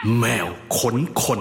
แมวขนคน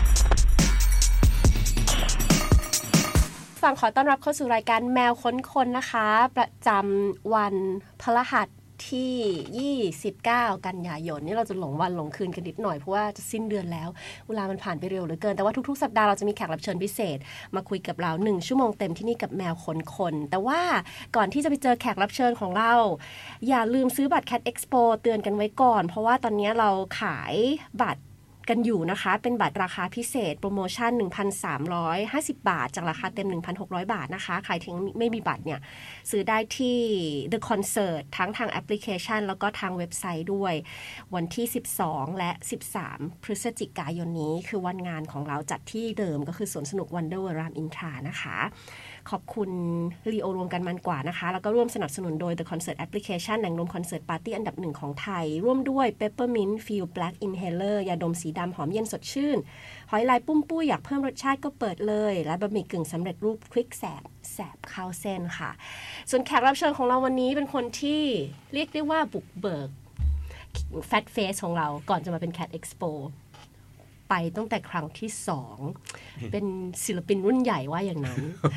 ฟังขอต้อนรับเข้าสู่รายการแมวค้นคนนะคะประจำวันพฤหัสที่29กันยายนนี่เราจะหลงวันหลงคืนกันนิดหน่อยเพราะว่าจะสิ้นเดือนแล้วเวลามันผ่านไปเร็วเหลือเกินแต่ว่าทุกๆสัปดาห์เราจะมีแขกรับเชิญพิเศษมาคุยกับเรา1ชั่วโมงเต็มที่นี่กับแมวค้นคนแต่ว่าก่อนที่จะไปเจอแขกรับเชิญของเราอย่าลืมซื้อบัตร Cat Expo เตือนกันไว้ก่อนเพราะว่าตอนนี้เราขายบัตรกันอยู่นะคะเป็นบัตรราคาพิเศษโปรโมชั่น 1,350 บาทจากราคาเต็ม 1,600 บาทนะคะใครที่ไม่มีบัตรเนี่ยซื้อได้ที่ The Concert ทั้งทางแอปพลิเคชันแล้วก็ทางเว็บไซต์ด้วยวันที่12และ13พฤศจิกายนนี้คือวันงานของเราจัดที่เดิมก็คือสวนสนุก Wonder World รามอินทรานะคะขอบคุณลีโอรวมกันมันกว่านะคะแล้วก็ร่วมสนับสนุนโดย The Concert Application แหล่งรวมคอนเสิร์ตปาร์ตี้อันดับ1ของไทยร่วมด้วย Peppermint Feel Black Inhaler ยาดมสีดำหอมเย็นสดชื่นหอยลายปุ้มปุ้ยอยากเพิ่มรสชาติก็เปิดเลยและบะหมี่กึ่งสำเร็จรูปควิกแสบข้าวเส้นค่ะส่วนแขกรับเชิญของเราวันนี้เป็นคนที่เรียกได้ว่าบุกเบิกแฟตเฟสของเราก่อนจะมาเป็น Cat Expoไปตั้งแต่ครั้งที่2เป็นศิลปินรุ่นใหญ่ว่าอย่างนั้น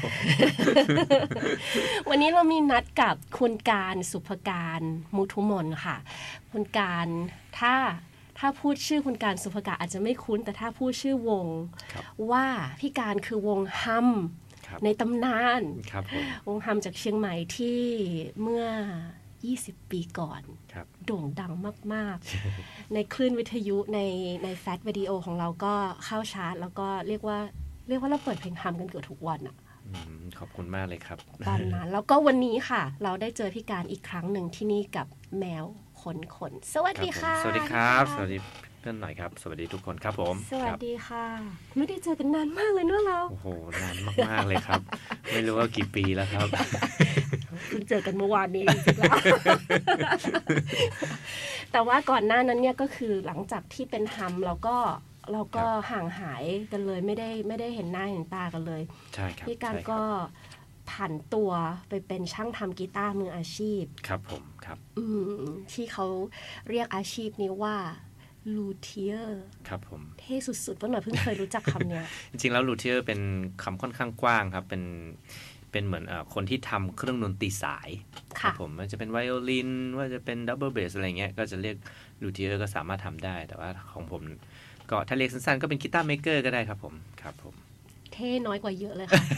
วันนี้เรามีนัดกับคุณการสุภการมุทุมนค่ะคุณการถ้าพูดชื่อคุณการสุภการอาจจะไม่คุ้นแต่ถ้าพูดชื่อวงว่าพี่การคือวงฮัมในตำนานวงฮัมจากเชียงใหม่ที่เมื่อ20 ปีก่อนโด่งดังมากๆ ในคลื่นวิทยุในแฟตวิดีโอของเราก็เข้าชาร์ตแล้วก็เรียกว่าเราเปิดเพลงฮัมกันเกือบทุกวันอ่ะขอบคุณมากเลยครับตอนนั้นแล้วก็วันนี้ค่ะเราได้เจอพี่การอีกครั้งหนึ่งที่นี่กับแมวขนสวัสดีค่ะสวัสดีครับสวัสดีเพื่อนหน่อยครับสวัสดีทุกคนครับผมสวัสดีค่ะไม่ได้เจอกันนานมากเลยเนอะเราโอ้โหนานมากๆเลยครับไม่รู้ว่ากี่ปีแล้วครับคุณเจอกันเมื่อวานนี้จริงๆแล้วแต่ว่าก่อนหน้านั้นเนี่ยก็คือหลังจากที่เป็นฮัมเราก็ห่างหายกันเลยไม่ได้เห็นหน้าเห็นตากันเลยใช่ครับพี่การก็ผันตัวไปเป็นช่างทำกีตาร์มืออาชีพครับผมครับที่เขาเรียกอาชีพนี้ว่าลูเทียร์ครับผมเท่สุดๆเพราะหน่อยเพิ่งเคยรู้จักคำเนี้ยจริงๆแล้วลูเทียร์เป็นคำค่อนข้างกว้างครับเป็นเหมือนคนที่ทำเครื่องดนตรีสายครับผมมันจะเป็นไวโอลินว่าจะเป็นดับเบิลเบสอะไรเงี้ยก็จะเรียกลูเทียร์ก็สามารถทำได้แต่ว่าของผมก็ถ้าเรียกสั้นๆก็เป็นกีตาร์เมเกอร์ก็ได้ครับผมครับผมเท่น้อยกว่าเยอะเลยค่ะ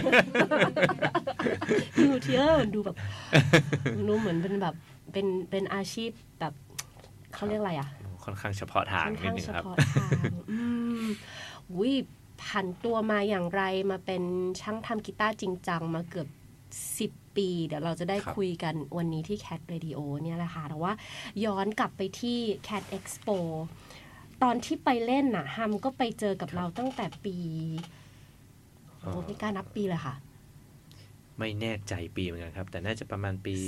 ลูเทียร์มันดูแบบรู้เหมือนเป็นแบบเป็นอาชีพแบบเขาเรียกอะไรอ่ะค่อนข้างเฉพาะทางนิดนึงครับวิผันตัวมาอย่างไรมาเป็นช่างทำกีตาร์จริงจังมาเกือบ10 ปีเดี๋ยวเราจะได้คุยกันวันนี้ที่ Cat Radio เนี่ยแหละค่ะแต่ว่าย้อนกลับไปที่ Cat Expo ตอนที่ไปเล่นน่ะฮัมก็ไปเจอกับเราตั้งแต่ปีไม่กล้านับปีเลยค่ะไม่แน่ใจปีเหมือนกันครับแต่น่าจะประมาณปี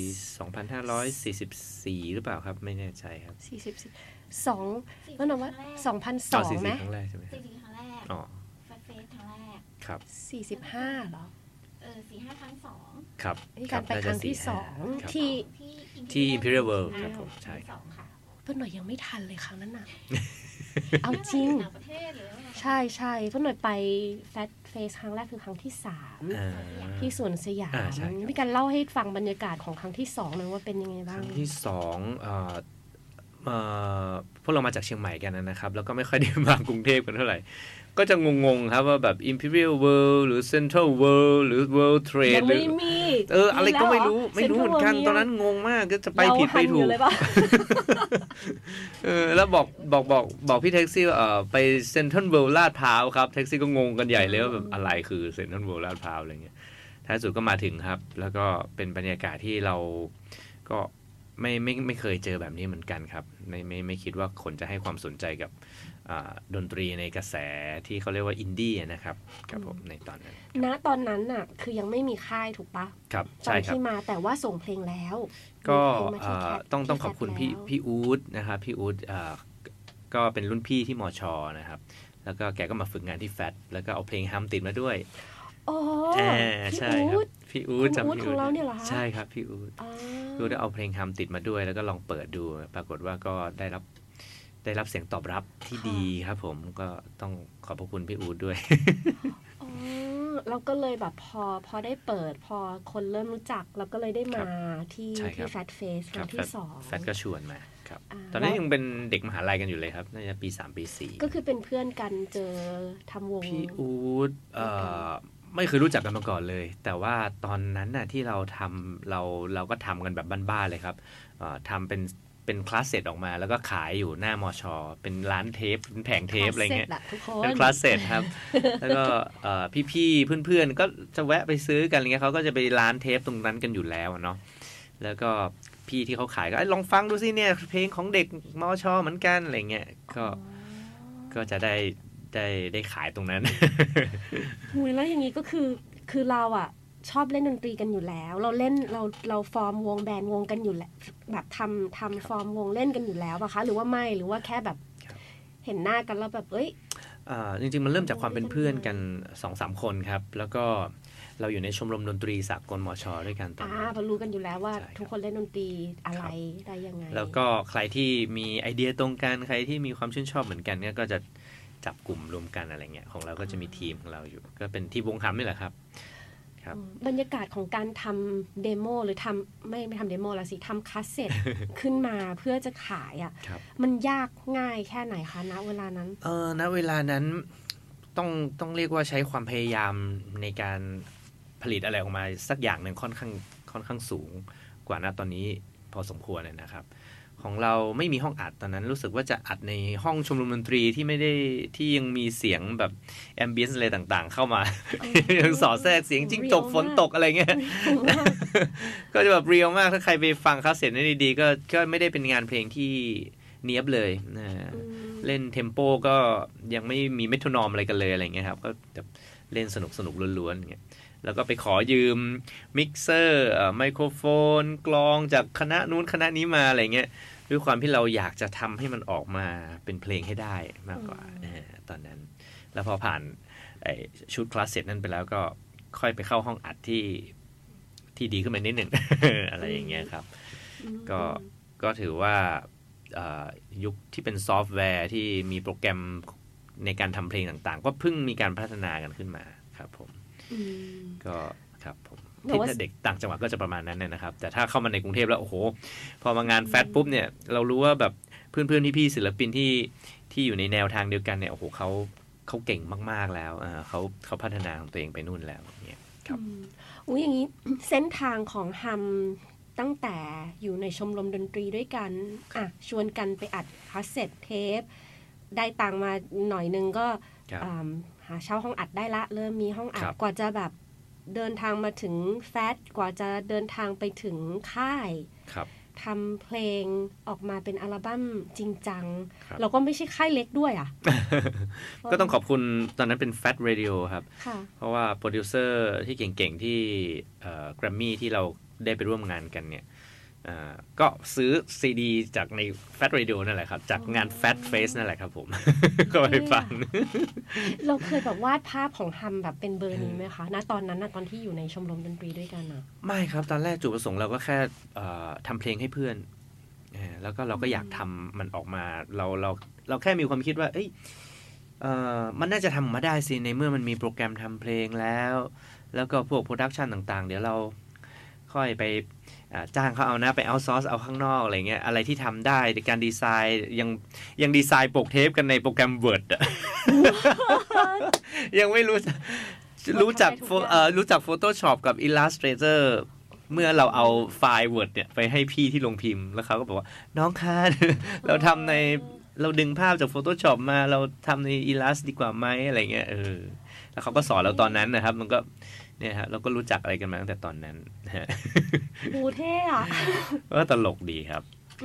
2544หรือเปล่าครับไม่แน่ใจครับ 42ก็นับว่า2002มั้ยครั้งแรกใช่มั้ย 44ครั้งแรกแฟตเฟสครั้งแรกครับ 45เหรอ 45ครั้ง2 ครับนี่การไปครั้งที่2 ที่ Imperial World ครับผมใช่ค่ะเพิ่นหน่อยยังไม่ทันเลยครั้งนั้นน่ะเอาจริงใช่ๆเพิ่นหน่อยไปแฟตเฟสครั้งแรกคือครั้งที่3ที่สวนสยามพี่กันเล่าให้ฟังบรรยากาศของครั้งที่2หน่อยว่าเป็นยังไงบ้างครั้งที่2พวกเรามาจากเชียงใหม่กันนะครับแล้วก็ไม่ค่อยได้มากรุงเทพกันเท่าไหร่ก็จะงงๆครับว่าแบบ Imperial World หรือ Central World หรือ World Trade หรืออะไรก็ไม่รู้เหมือนกันตอนนั้นงงมากก็จะไปผิดไปถูกแล้วบอกพี่แท็กซี่ว่าไป Central World ลาดพร้าวครับแท็กซี่ก็งงกันใหญ่เลยว่าแบบอะไรคือ Central World ลาดพร้าวอะไรเงี้ยท้ายสุดก็มาถึงครับแล้วก็เป็นบรรยากาศที่เราก็ไม่เคยเจอแบบนี้เหมือนกันครับไม่คิดว่าคนจะให้ความสนใจกับดนตรีในกระแสที่เขาเรียกว่าอินดี้นะครับครับผมในตอนนั้นตอนนั้นน่ะคือยังไม่มีค่ายถูกปะครับใช่ครับตอนที่มาแต่ว่าส่งเพลงแล้วก็ต้องขอบคุณพี่อู๊ดนะครับพี่อู๊ดก็เป็นรุ่นพี่ที่มช.นะครับแล้วก็แกก็มาฝึกงานที่แฟตแล้วก็เอาเพลงฮัมติดมาด้วยอ๋อใช่ครับพี่อู๊ดจำพี่อู๊ดของเราเนี่ยเหรอใช่ครับพี่อู๊ดได้เอาเพลงฮัมติดมาด้วยแล้วก็ลองเปิดดูปรากฏว่าก็ได้รับได้รับเสียงตอบรับที่ดีครับผมก็ต้องขอบพระคุณพี่อู๊ดด้วยเราก็เลยแบบพอได้เปิดพอคนเริ่มรู้จักเราก็เลยได้มาที่แฟตเฟสครั้งที่2 แฟตก็ชวนมาครับตอนนั้นยังเป็นเด็กมหาลัยกันอยู่เลยครับน่าจะปี3ปี4 ก็คือเป็นเพื่อนกันเจอทำวงพี่อู๊ดไม่เคยรู้จักกันมาก่อนเลยแต่ว่าตอนนั้นน่ะที่เราทำเราก็ทำกันแบบบ้านๆเลยครับทำเป็นคลาสเซ็ตออกมาแล้วก็ขายอยู่หน้ามช.เป็นร้านเทปเป็นแผงเทปอะไรเงี้ยเป็นคลาสเซ็ตครับแล้วก็พี่ๆเพื่อนๆก็จะแวะไปซื้อกันอะไรเงี้ยเขาก็จะไปร้านเทปตรงนั้นกันอยู่แล้วเนาะแล้วก็พี่ที่เขาขายก็ลองฟังดูสิเนี่ยเพลงของเด็กมช.เหมือนกันอะไรเงี้ยก็จะได้ขายตรงนั้นหุยแล้วอย่างนี้ก็คือเราอ่ะชอบเล่นดนตรีกันอยู่แล้วเราเล่นเราฟอร์มวงแบนด์วงกันอยู่แล้วแบบทำฟอร์มวงเล่นกันอยู่แล้วป่ะคะหรือว่าไม่หรือว่าแค่แบบเห็นหน้ากันแล้วแบบจริงๆมันเริ่มจากความเป็นเพื่อนกัน 2-3 คนครับแล้วก็เราอยู่ในชมรมดนตรีสากลมช.ด้วยกันตอนนั้นพอรู้กันอยู่แล้วว่าทุกคนเล่นดนตรีอะไรได้ยังไงแล้วก็ใครที่มีไอเดียตรงกันใครที่มีความชื่นชอบเหมือนกันก็จะจับกลุ่มรวมกันอะไรเงี้ยของเราก็จะมีทีมของเราอยู่ก็เป็นที่วงคำนี่แหละครับบรรยากาศของการทำเดโมหรือทำไม่ทำเดโมละสิทำคาสเซ็ต ขึ้นมาเพื่อจะขายอ่ะมันยากง่ายแค่ไหนคะณเวลานั้นณเวลานั้นต้องเรียกว่าใช้ความพยายามในการผลิตอะไรออกมาสักอย่างหนึ่งค่อนข้างสูงกว่าณตอนนี้พอสมควรเลยนะครับของเราไม่มีห้องอัดตอนนั้นรู้สึกว่าจะอัดในห้องชมรมดนตรีที่ไม่ได้ที่ยังมีเสียงแบบแอมเบียนซ์อะไรต่างๆเข้ามายังสอดแทรกเสียงจิ้งจกฝนตกอะไรเงี้ยก็จะแบบเรียลมากถ้าใครไปฟังคาสเซ็ตได้ดีๆก็ไม่ได้เป็นงานเพลงที่เนียบเลยนะเล่นเทมโปก็ยังไม่มีเมโทรนอมอะไรกันเลยอะไรเงี้ยครับก็เล่นสนุกล้วนๆอย่างเงี้ยแล้วก็ไปขอยืมมิกเซอร์ไมโครโฟนกลองจากคณะนู้นคณะนี้มาอะไรเงี้ยด้วยความที่เราอยากจะทำให้มันออกมาเป็นเพลงให้ได้มากกว่าตอนนั้นแล้วพอผ่านชุดคลาสเซ็ตนั้นไปแล้วก็ค่อยไปเข้าห้องอัดที่ดีขึ้นมานิดหนึ่ง อะไรอย่างเงี้ยครับก็ถือว่ายุคที่เป็นซอฟต์แวร์ที่มีโปรแกรมในการทำเพลงต่างๆก็เพิ่งมีการพัฒนากันขึ้นมาครับผมก็ครับผมที่เด็กต่างจังหวัดก็จะประมาณนั้นนะครับแต่ถ้าเข้ามาในกรุงเทพแล้วโอ้โหพอมางานแฟตปุ๊บเนี่ยเรารู้ว่าแบบเพื่อนๆพี่ๆศิลปินที่อยู่ในแนวทางเดียวกันเนี่ยโอ้โหเขาเก่งมากๆแล้วเขาพัฒนาของตัวเองไปนู่นแล้วเนี่ยครับอย่างนี้เส้นทางของฮัมตั้งแต่อยู่ในชมรมดนตรีด้วยกันชวนกันไปอัดคาสเซ็ตเทปได้ตังมาหน่อยนึงก็หาเช่าห้องอัดได้ละเริ่มมีห้องอัดกว่าจะแบบเดินทางมาถึงแฟตกว่าจะเดินทางไปถึงค่ายทำเพลงออกมาเป็นอัลบั้มจริงจังเราก็ไม่ใช่ค่ายเล็กด้วยก็ต้องขอบคุณตอนนั้นเป็น Fat Radio ครับเพราะว่าโปรดิวเซอร์ที่เก่งๆที่แกรมมี่ที่เราได้ไปร่วมงานกันเนี่ยก็ซื้อซีดีจากใน Fat Radio นั่นแหละครับจากงาน Fat Face นั่นแหละครับผม ก็ไปฟังเราเคยแบบวาดภาพของฮัมแบบเป็นเบอร์นี้ไหมคะณตอนนั้นตอนที่อยู่ในชมรมดนตรีด้วยกันไม่ครับตอนแรกจุดประสงค์เราก็แค่ทำเพลงให้เพื่อนแล้วก็เราก็อยากทำมันออกมาเราแค่มีความคิดว่ามันน่าจะทำมาได้สิในเมื่อมันมีโปรแกรมทำเพลงแล้วก็พวกโปรดักชันต่างๆเดี๋ยวเราค่อยไปจ้างเขาเอานะไปเอาซอร์สเอาข้างนอกอะไรเงี้ยอะไรที่ทำได้ในการดีไซน์ยังดีไซน์ปกเทปกันในโปรแกรม Word ยังไม่รู้จักPhotoshop กับ Illustrator เมื่อเราเอาไฟล์ Word เนี่ยไปให้พี่ที่ลงพิมพ์แล้วเขาก็บอกว่าน้องคะเราดึงภาพจาก Photoshop มาเราทำใน Illust ดีกว่าไหมอะไรเงี้ยแล้วเขาก็สอนเราตอนนั้นนะครับมันก็เนี่ยฮะเราก็รู้จักอะไรกันมาตั้งแต่ตอนนั้นโอ้เท่ก็ตลกดีครับ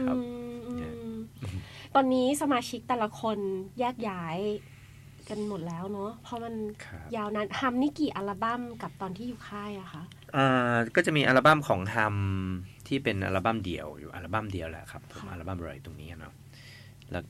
ตอนนี้สมาชิกแต่ละคนแยกย้ายกันหมดแล้วเนาะเพราะมันยาวนานฮัมนี่กี่อัลบั้มกับตอนที่อยู่ค่ายอะคะก็จะมีอัลบั้มของฮัมที่เป็นอัลบั้มเดี่ยวอยู่อัลบั้มเดียวแหละครับผมอัลบั้มอะไรตรงนี้เนาะแล้ว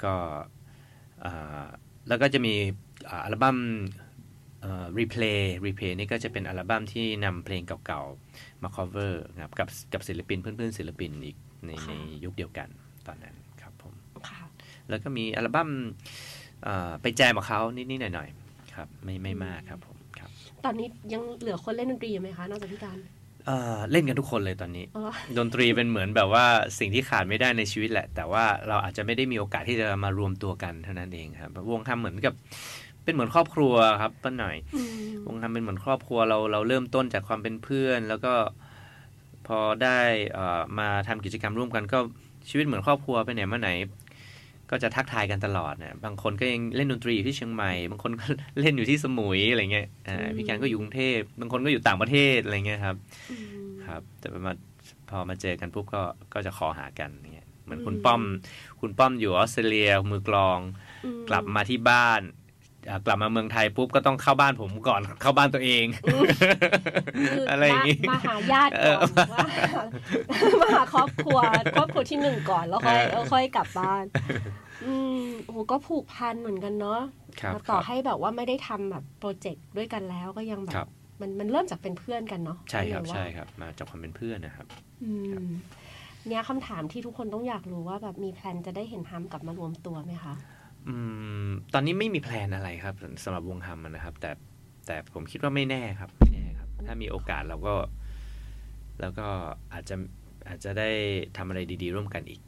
ก็จะมีอัลบั้มreplay นี่ก็จะเป็นอัลบั้มที่นำเพลงเก่าๆมา cover ครับกับศิลปินเพื่อนๆศิลปินอีกในยุคเดียวกันตอนนั้นครับผมแล้วก็มีอัลบั้มไปแจมกับเขานิดๆหน่อยๆครับไม่มากครับผมครับตอนนี้ยังเหลือคนเล่นดนตรีอยู่ไหมคะนอกจากพี่การเล่นกันทุกคนเลยตอนนี้ดนตรีเป็นเหมือนแบบว่าสิ่งที่ขาดไม่ได้ในชีวิตแหละแต่ว่าเราอาจจะไม่ได้มีโอกาสที่จะมารวมตัวกันเท่านั้นเองครับวงทำเหมือนกับเป็นเหมือนครอบครัวครับป้าหน่อยวงทำเป็นเหมือนครอบครัวเราเริ่มต้นจากความเป็นเพื่อนแล้วก็พอได้มาทำกิจกรรมร่วมกันก็ชีวิตเหมือนครอบครัวไปไหนมาไหนก็จะทักทายกันตลอดนะบางคนก็ยังเล่นดนตรีอยู่ที่เชียงใหม่บางคนก็เล่นอยู่ที่สมุยอะไรเงี้ยพี่การก็อยู่กรุงเทพบางคนก็อยู่ต่างประเทศอะไรเงี้ยครับแต่พอมาเจอกันปุ๊บก็จะขอหากันเงี้ยเหมือนคุณป้อมอยู่ออสเตรเลียมือกลองกลับมาที่บ้านกลับมาเมืองไทยปุ๊บก็ต้องเข้าบ้านผมก่อนเข้าบ้านตัวเองอะไรอย่างงี้มาหาญาติก่อนมาหาครอบครัวที่หนึ่งก่อนแล้วค่อยกลับบ้านโอ้ก็ผูกพันเหมือนกันเนาะต่อให้แบบว่าไม่ได้ทำแบบโปรเจกต์ด้วยกันแล้วก็ยังแบบมันเริ่มจากเป็นเพื่อนกันเนาะใช่ครับมาจากความเป็นเพื่อนนะครับเนี่ยคำถามที่ทุกคนต้องอยากรู้ว่าแบบมีแพลนจะได้เห็นฮัมกลับมารวมตัวไหมคะตอนนี้ไม่มีแพลนอะไรครับสำหรับวงฮัมนะครับแต่ผมคิดว่าไม่แน่ครับถ้ามีโอกาสเราก็อาจจะได้ทำอะไรดีๆร่วมกันอีก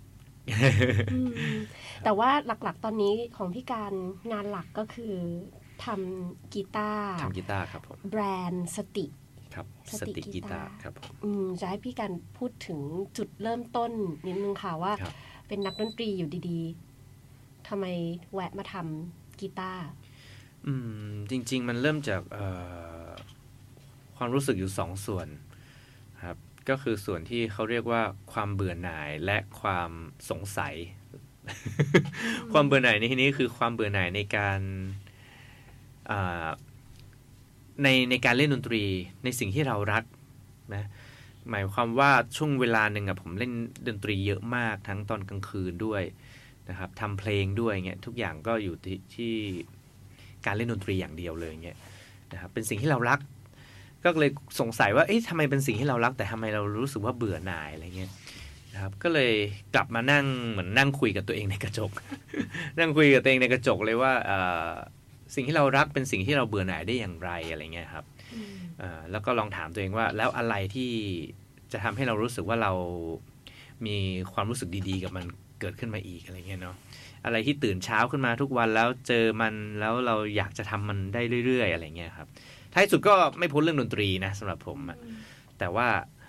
แต่ว่าหลักๆตอนนี้ของพี่การงานหลักก็คือทำกีตาร์ครับผมแบรนด์สติครับสติกีตาร์ครับผมจะให้พี่การพูดถึงจุดเริ่มต้นนิดนึงค่ะว่าเป็นนักดนตรีอยู่ดีๆทำไมแวะมาทำกีตาร์จริงๆมันเริ่มจากความรู้สึกอยู่2ส่วนครับก็คือส่วนที่เขาเรียกว่าความเบื่อหน่ายและความสงสัย ความเบื่อหน่ายในที่นี้คือความเบื่อหน่ายในการในการเล่นดนตรีในสิ่งที่เรารักนะหมายความว่าช่วงเวลาหนึ่งผมเล่นดนตรีเยอะมากทั้งตอนกลางคืนด้วยนะครับทำเพลงด้วยเงี้ยทุกอย่างก็อยู่ที่การเล่นดนตรีอย่างเดียวเลยเงี้ยนะครับเป็นสิ่งที่เรารักก็เลยสงสัยว่าเอ๊ะทำไมเป็นสิ่งที่เรารักแต่ทำไมเรารู้สึกว่าเบื่อหน่ายอะไรเงี้ยนะครับก็เลยกลับมาเหมือนนั่งคุยกับตัวเองในกระจก นั่งคุยกับตัวเองในกระจกเลยว่าสิ่งที่เรารักเป็นสิ่งที่เราเบื่อหน่ายได้อย่างไรอะไรเงี้ยครับแล้วก็ลองถามตัวเองว่าแล้วอะไรที่จะทำให้เรารู้สึกว่าเรามีความรู้สึกดีๆกับมันเกิดขึ้นมาอีกอะไรเงี้ยเนาะอะไรที่ตื่นเช้าขึ้นมาทุกวันแล้วเจอมันแล้วเราอยากจะทำมันได้เรื่อยๆอะไรเงี้ยครับท้ายสุดก็ไม่พ้นเรื่องดนตรีนะสำหรับผมแต่ว่า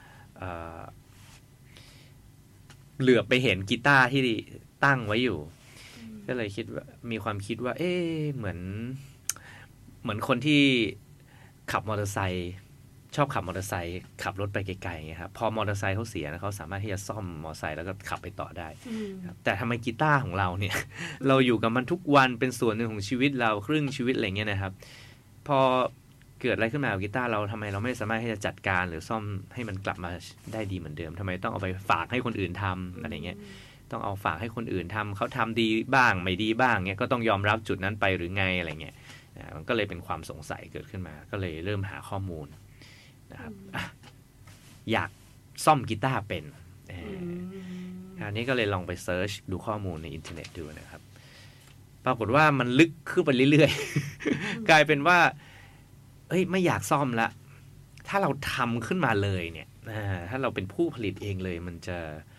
เหลือไปเห็นกีตาร์ที่ตั้งไว้อยู่ก็เลยคิดว่ามีความคิดว่าเหมือนคนที่ขับมอเตอร์ไซค์ชอบขับมอเตอร์ไซค์ขับรถไปไกลๆไงครับพอมอเตอร์ไซค์เขาเสียนะเขาสามารถที่จะซ่อมมอเตอร์ไซค์แล้วก็ขับไปต่อได้แต่ทำไมกีตาร์ของเราเนี่ย เราอยู่กับมันทุกวันเป็นส่วนหนึ่งของชีวิตเราครึ่งชีวิตอะไรเงี้ยนะครับพอเกิดอะไรขึ้นมากับกีตาร์เราทำไมเราไม่สามารถที่จะจัดการหรือซ่อมให้มันกลับมาได้ดีเหมือนเดิมทำไมต้องเอาไปฝากให้คนอื่นทำอะไรเงี้ยต้องเอาฝากให้คนอื่นทำเขาทำดีบ้างไม่ดีบ้างเงี้ยก็ต้องยอมรับจุดนั้นไปหรือไงอะไรเงี้ยมันก็เลยเป็นความสงสัยเกิดขึ้นมาก็เลยเริ่มหาข้อมูลนะครับอยากซ่อมกีตาร์เป็นคราวนี้ก็เลยลองไปเซิร์ชดูข้อมูลในอินเทอร์เน็ตดูนะครับปรากฏว่ามันลึกขึ้นไปเรื่อยๆ กลายเป็นว่าไม่อยากซ่อมละถ้าเราทำขึ้นมาเลยเนี่ยถ้าเราเป็นผู้ผลิตเองเลยมัน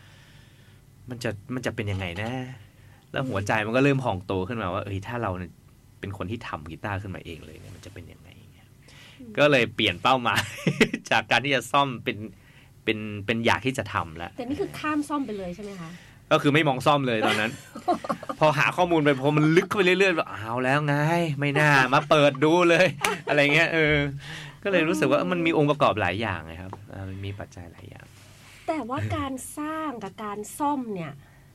จะเป็นยังไงนะแล้วหัวใจมันก็เริ่มพองโตขึ้นมาว่าถ้าเราเป็นคนที่ทำกีตาร์ขึ้นมาเองเลยเนี่ยมันจะเป็นยังไงก็เลยเปลี่ยนเป้าหมาย จากการที่จะซ่อมเป็นอยากที่จะทำแล้วแต่นี่คือข้ามซ่อมไปเลยใช่ไหมคะก็คือไม่มองซ่อมเลยตอนนั้น พอหาข้อมูลไปพอมันลึกเข้าไปเรื่อยๆแบบเอาแล้วไงไม่น่ามาเปิดดูเลย อะไรเงี้ยก็เลยรู้สึกว่ามันมีองค์ประกอบหลายอย่างไงครับมันมีปัจจัยหลายอย่างแต่ว่าการสร้างกับการซ่อมเนี่ย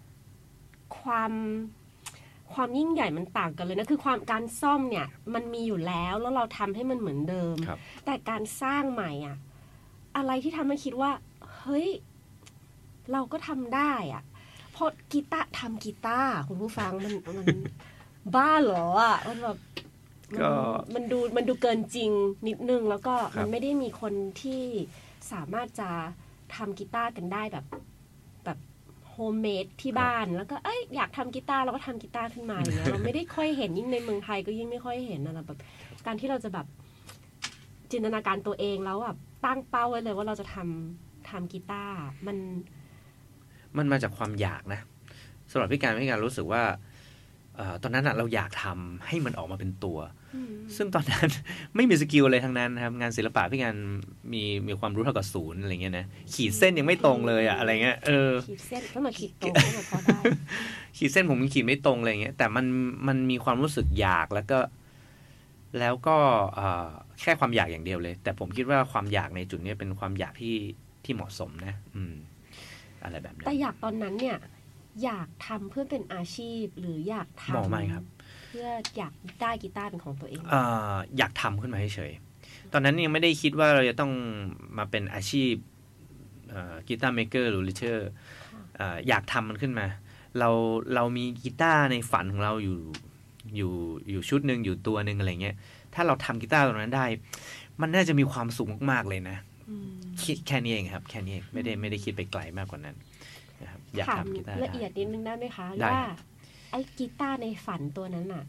ความยิ่งใหญ่มันต่างกันเลยนะคือการซ่อมเนี่ยมันมีอยู่แล้วเราทำให้มันเหมือนเดิมแต่การสร้างใหม่อะไรที่ทำให้คิดว่าเฮ้ยเราก็ทำได้เพราะกีตาร์ทำกีตาร์คุณผู้ฟังมันบ้าเหรอมันแบบมันดูเกินจริงนิดนึงแล้วก็มันไม่ได้มีคนที่สามารถจะทำกีตาร์กันได้แบบโหมเมดที่บ้านแล้วก็อยากทำกีตาร์เราก็ทำกีตาร์ขึ้นมาอย่างเงี้ย เราไม่ได้ค่อยเห็นยิ่งในเมืองไทยก็ยิ่งไม่ค่อยเห็นนะแบบการที่เราจะแบบจินตนาการตัวเองแล้วแบบตั้งเป้าไว้เลยว่าเราจะทำกีตาร์มันมาจากความอยากนะสำหรับพี่การรู้สึกว่าตอนนั้นเราอยากทำให้มันออกมาเป็นตัวซึ่งตอนนั้น ไม่มีสกิลอะไรทั้งนั้นนะครับงานศิลปะพี่การมีความรู้เท่ากับศูนย์อะไรเงี้ยนะขีดเส้นยังไม่ตรงเลยอะไรเงี้ยขีดเส้นก็มาขีดตรงก็มาพอได้ขีดเส้นผมขีดไม่ตรงอะไรเงี้ยแต่มันมีความรู้สึกอยากแล้วก็แค่ความอยากอย่างเดียวเลยแต่ผมคิดว่าความอยากในจุดนี้เป็นความอยากที่เหมาะสมนะอะไรแบบนั้นแต่อยากตอนนั้นเนี่ยอยากทำเพื่อเป็นอาชีพหรืออยากทำไม่ครับเพื่ออยากได้กีตาร์เป็นของตัวเองอยากทำขึ้นมาเฉยๆตอนนั้นยังไม่ได้คิดว่าเราจะต้องมาเป็นอาชีพกีตาร์เมเกอร์หรือลิเชอร์อยากทำมันขึ้นมาเรามีกีตาร์ในฝันของเราอยู่ชุดหนึ่งอยู่ตัวหนึ่งอะไรเงี้ยถ้าเราทำกีตาร์ตรงนั้นได้มันน่าจะมีความสุขมากๆเลยนะคิดแค่นี้เองครับแค่นี้เองไม่ได้คิดไปไกลมากกว่านั้นอยากทำกีตาร์ละเอียดนิดนึงได้ไหมคะว่าไอ้กีตาร์ในฝันตัวนั้นน่ะ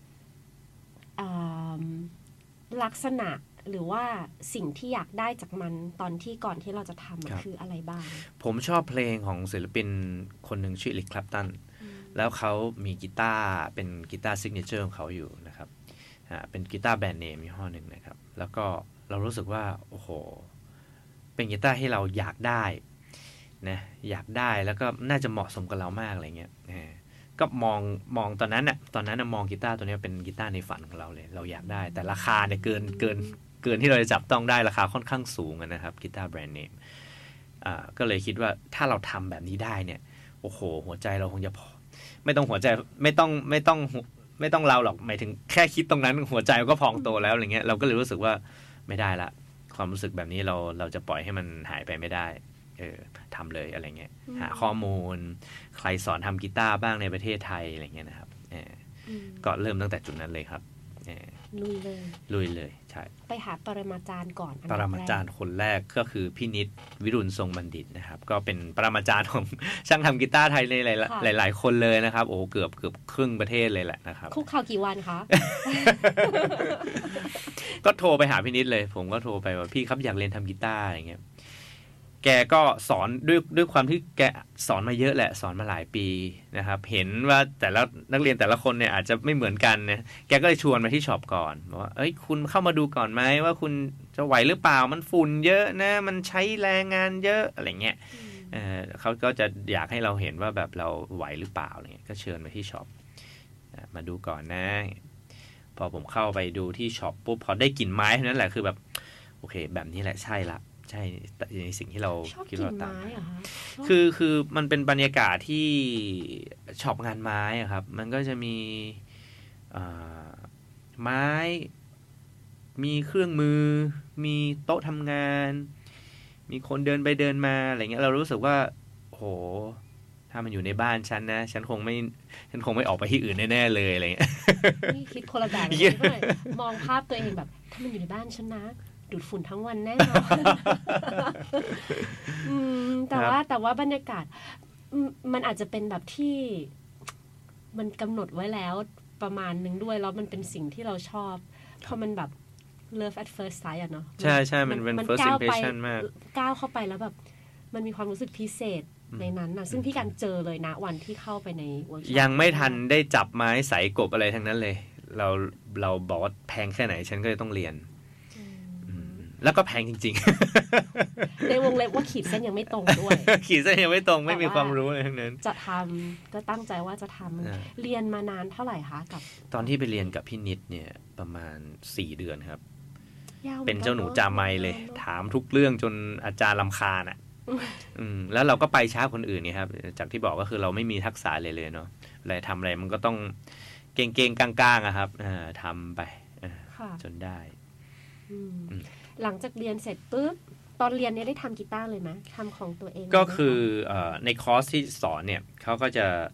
ลักษณะหรือว่าสิ่งที่อยากได้จากมันตอนที่ก่อนที่เราจะทำคืออะไรบ้างผมชอบเพลงของศิลปินคนหนึ่งชื่อลิคคลัปตันแล้วเขามีกีตาร์เป็นกีตาร์ซิกเนเจอร์ของเขาอยู่นะครับเป็นกีตาร์แบรนด์เนมยี่ห้อหนึ่งนะครับแล้วก็เรารู้สึกว่าโอ้โหเป็นกีตาร์ที่เราอยากได้นะอยากได้แล้วก็น่าจะเหมาะสมกับเรามากอะไรเงี้ยก็มองตอนนั้นมองกีตาร์ตัวนี้เป็นกีตาร์ในฝันของเราเลยเราอยากได้แต่ราคาเนี่ยเกินที่เราจะจับต้องได้ราคาค่อนข้างสูงนะครับกีตาร์แบรนด์เนมก็เลยคิดว่าถ้าเราทำแบบนี้ได้เนี่ยโอ้โหหัวใจเราคงจะพอไม่ต้องหัวใจไม่ต้องเราหรอกหมายถึงแค่คิดตรงนั้นหัวใจก็พองโตแล้วอะไรเงี้ยเราก็เลยรู้สึกว่าไม่ได้ละความรู้สึกแบบนี้เราจะปล่อยให้มันหายไปไม่ได้ทำเลยอะไรเงี้ยหาข้อมูลใครสอนทำกีตาร์บ้างในประเทศไทยอะไรเงี้ยนะครับก็เริ่มตั้งแต่จุดนั้นเลยครับลุยเลยใช่ไปหาปรมาจารย์ก่อนปรมาจารย์คนแรกก็คือพี่นิดวิรุณทรงบัณฑิตนะครับก็เป็นปรมาจารย์ของช่างทำกีตาร์ไทยในหลายคนเลยนะครับโอ้เกือบครึ่งประเทศเลยแหละนะครับคุกเข่ากี่วันคะก็โทรไปหาพี่นิดเลยผมก็โทรไปว่าพี่ครับอยากเรียนทำกีตาร์อย่างเงี้ยแกก็สอนด้วยความที่แกสอนมาเยอะแหละสอนมาหลายปีนะครับเห็นว่าแต่ละนักเรียนแต่ละคนเนี่ยอาจจะไม่เหมือนกันนะแกก็เลยชวนมาที่ช็อปก่อนบอกว่าคุณเข้ามาดูก่อนไหมว่าคุณจะไหวหรือเปล่ามันฝุ่นเยอะนะมันใช้แรงงานเยอะอะไรเงี้ยเขาก็จะอยากให้เราเห็นว่าแบบเราไหวหรือเปล่าอะไรเงี้ยก็เชิญมาที่ช็อปมาดูก่อนนะพอผมเข้าไปดูที่ช็อปปุ๊บพอได้กลิ่นไม้เท่านั้นแหละคือแบบโอเคแบบนี้แหละใช่ละใช่ในสิ่งที่เราคิดว่าตามคือมันเป็นบรรยากาศที่ช็อปงานไม้อะครับมันก็จะมีไม้มีเครื่องมือมีโต๊ะทำงานมีคนเดินไปเดินมาอะไรเงี้ยเรารู้สึกว่าโหถ้ามันอยู่ในบ้านฉันนะฉันคงไม่ออกไปที่อื่นแน่ๆเลยอะไรเงี้ยนี่คิดคนละแบบเลยมองภาพตัวเองแบบถ้ามันอยู่ในบ้านฉันนะดูดฝุ่นทั้งวันแน่นอนแต่ว่าบรรยากาศมันอาจจะเป็นแบบที่มันกำหนดไว้แล้วประมาณนึงด้วยแล้วมันเป็นสิ่งที่เราชอบเพราะมันแบบ love at first sight อะเนาะใช่ๆมันเป็น first impression มากก้าวเข้าไปแล้วแบบมันมีความรู้สึกพิเศษในนั้นนะซึ่งพี่การเจอเลยนะวันที่เข้าไปในเวิร์กช็อปยังไม่ทันได้จับไม้ใส่กบอะไรทั้งนั้นเลยเราบอกว่าแพงแค่ไหนฉันก็เลยต้องเรียนแล้วก็แพงจริงๆในวงเล็บว่าขีดเส้นยังไม่ตรงด้วยขีดเส้นยังไม่ตรงไม่มีความรู้อะไรทั้งนั้นจะทำก็ตั้งใจว่าจะทำเรียนมานานเท่าไหร่คะกับตอนที่ไปเรียนกับพี่นิดเนี่ยประมาณ4 เดือนครับเป็นเจ้าหนูจาไมเลยถามทุกเรื่องจนอาจารย์รำคาญอ่ะแล้วเราก็ไปช้าคนอื่นนี่ครับจากที่บอกก็คือเราไม่มีทักษะเลยเนาะอะไรทำอะไรมันก็ต้องเก่งๆกลางๆอะครับทำไปจนได้หลังจากเรียนเสร็จปุ๊บตอนเรียนเนี่ยได้ทำกีตาร์เลยไหมทำของตัวเองก็คือในคอร์สที่สอนเนี่ยเขาก็จะ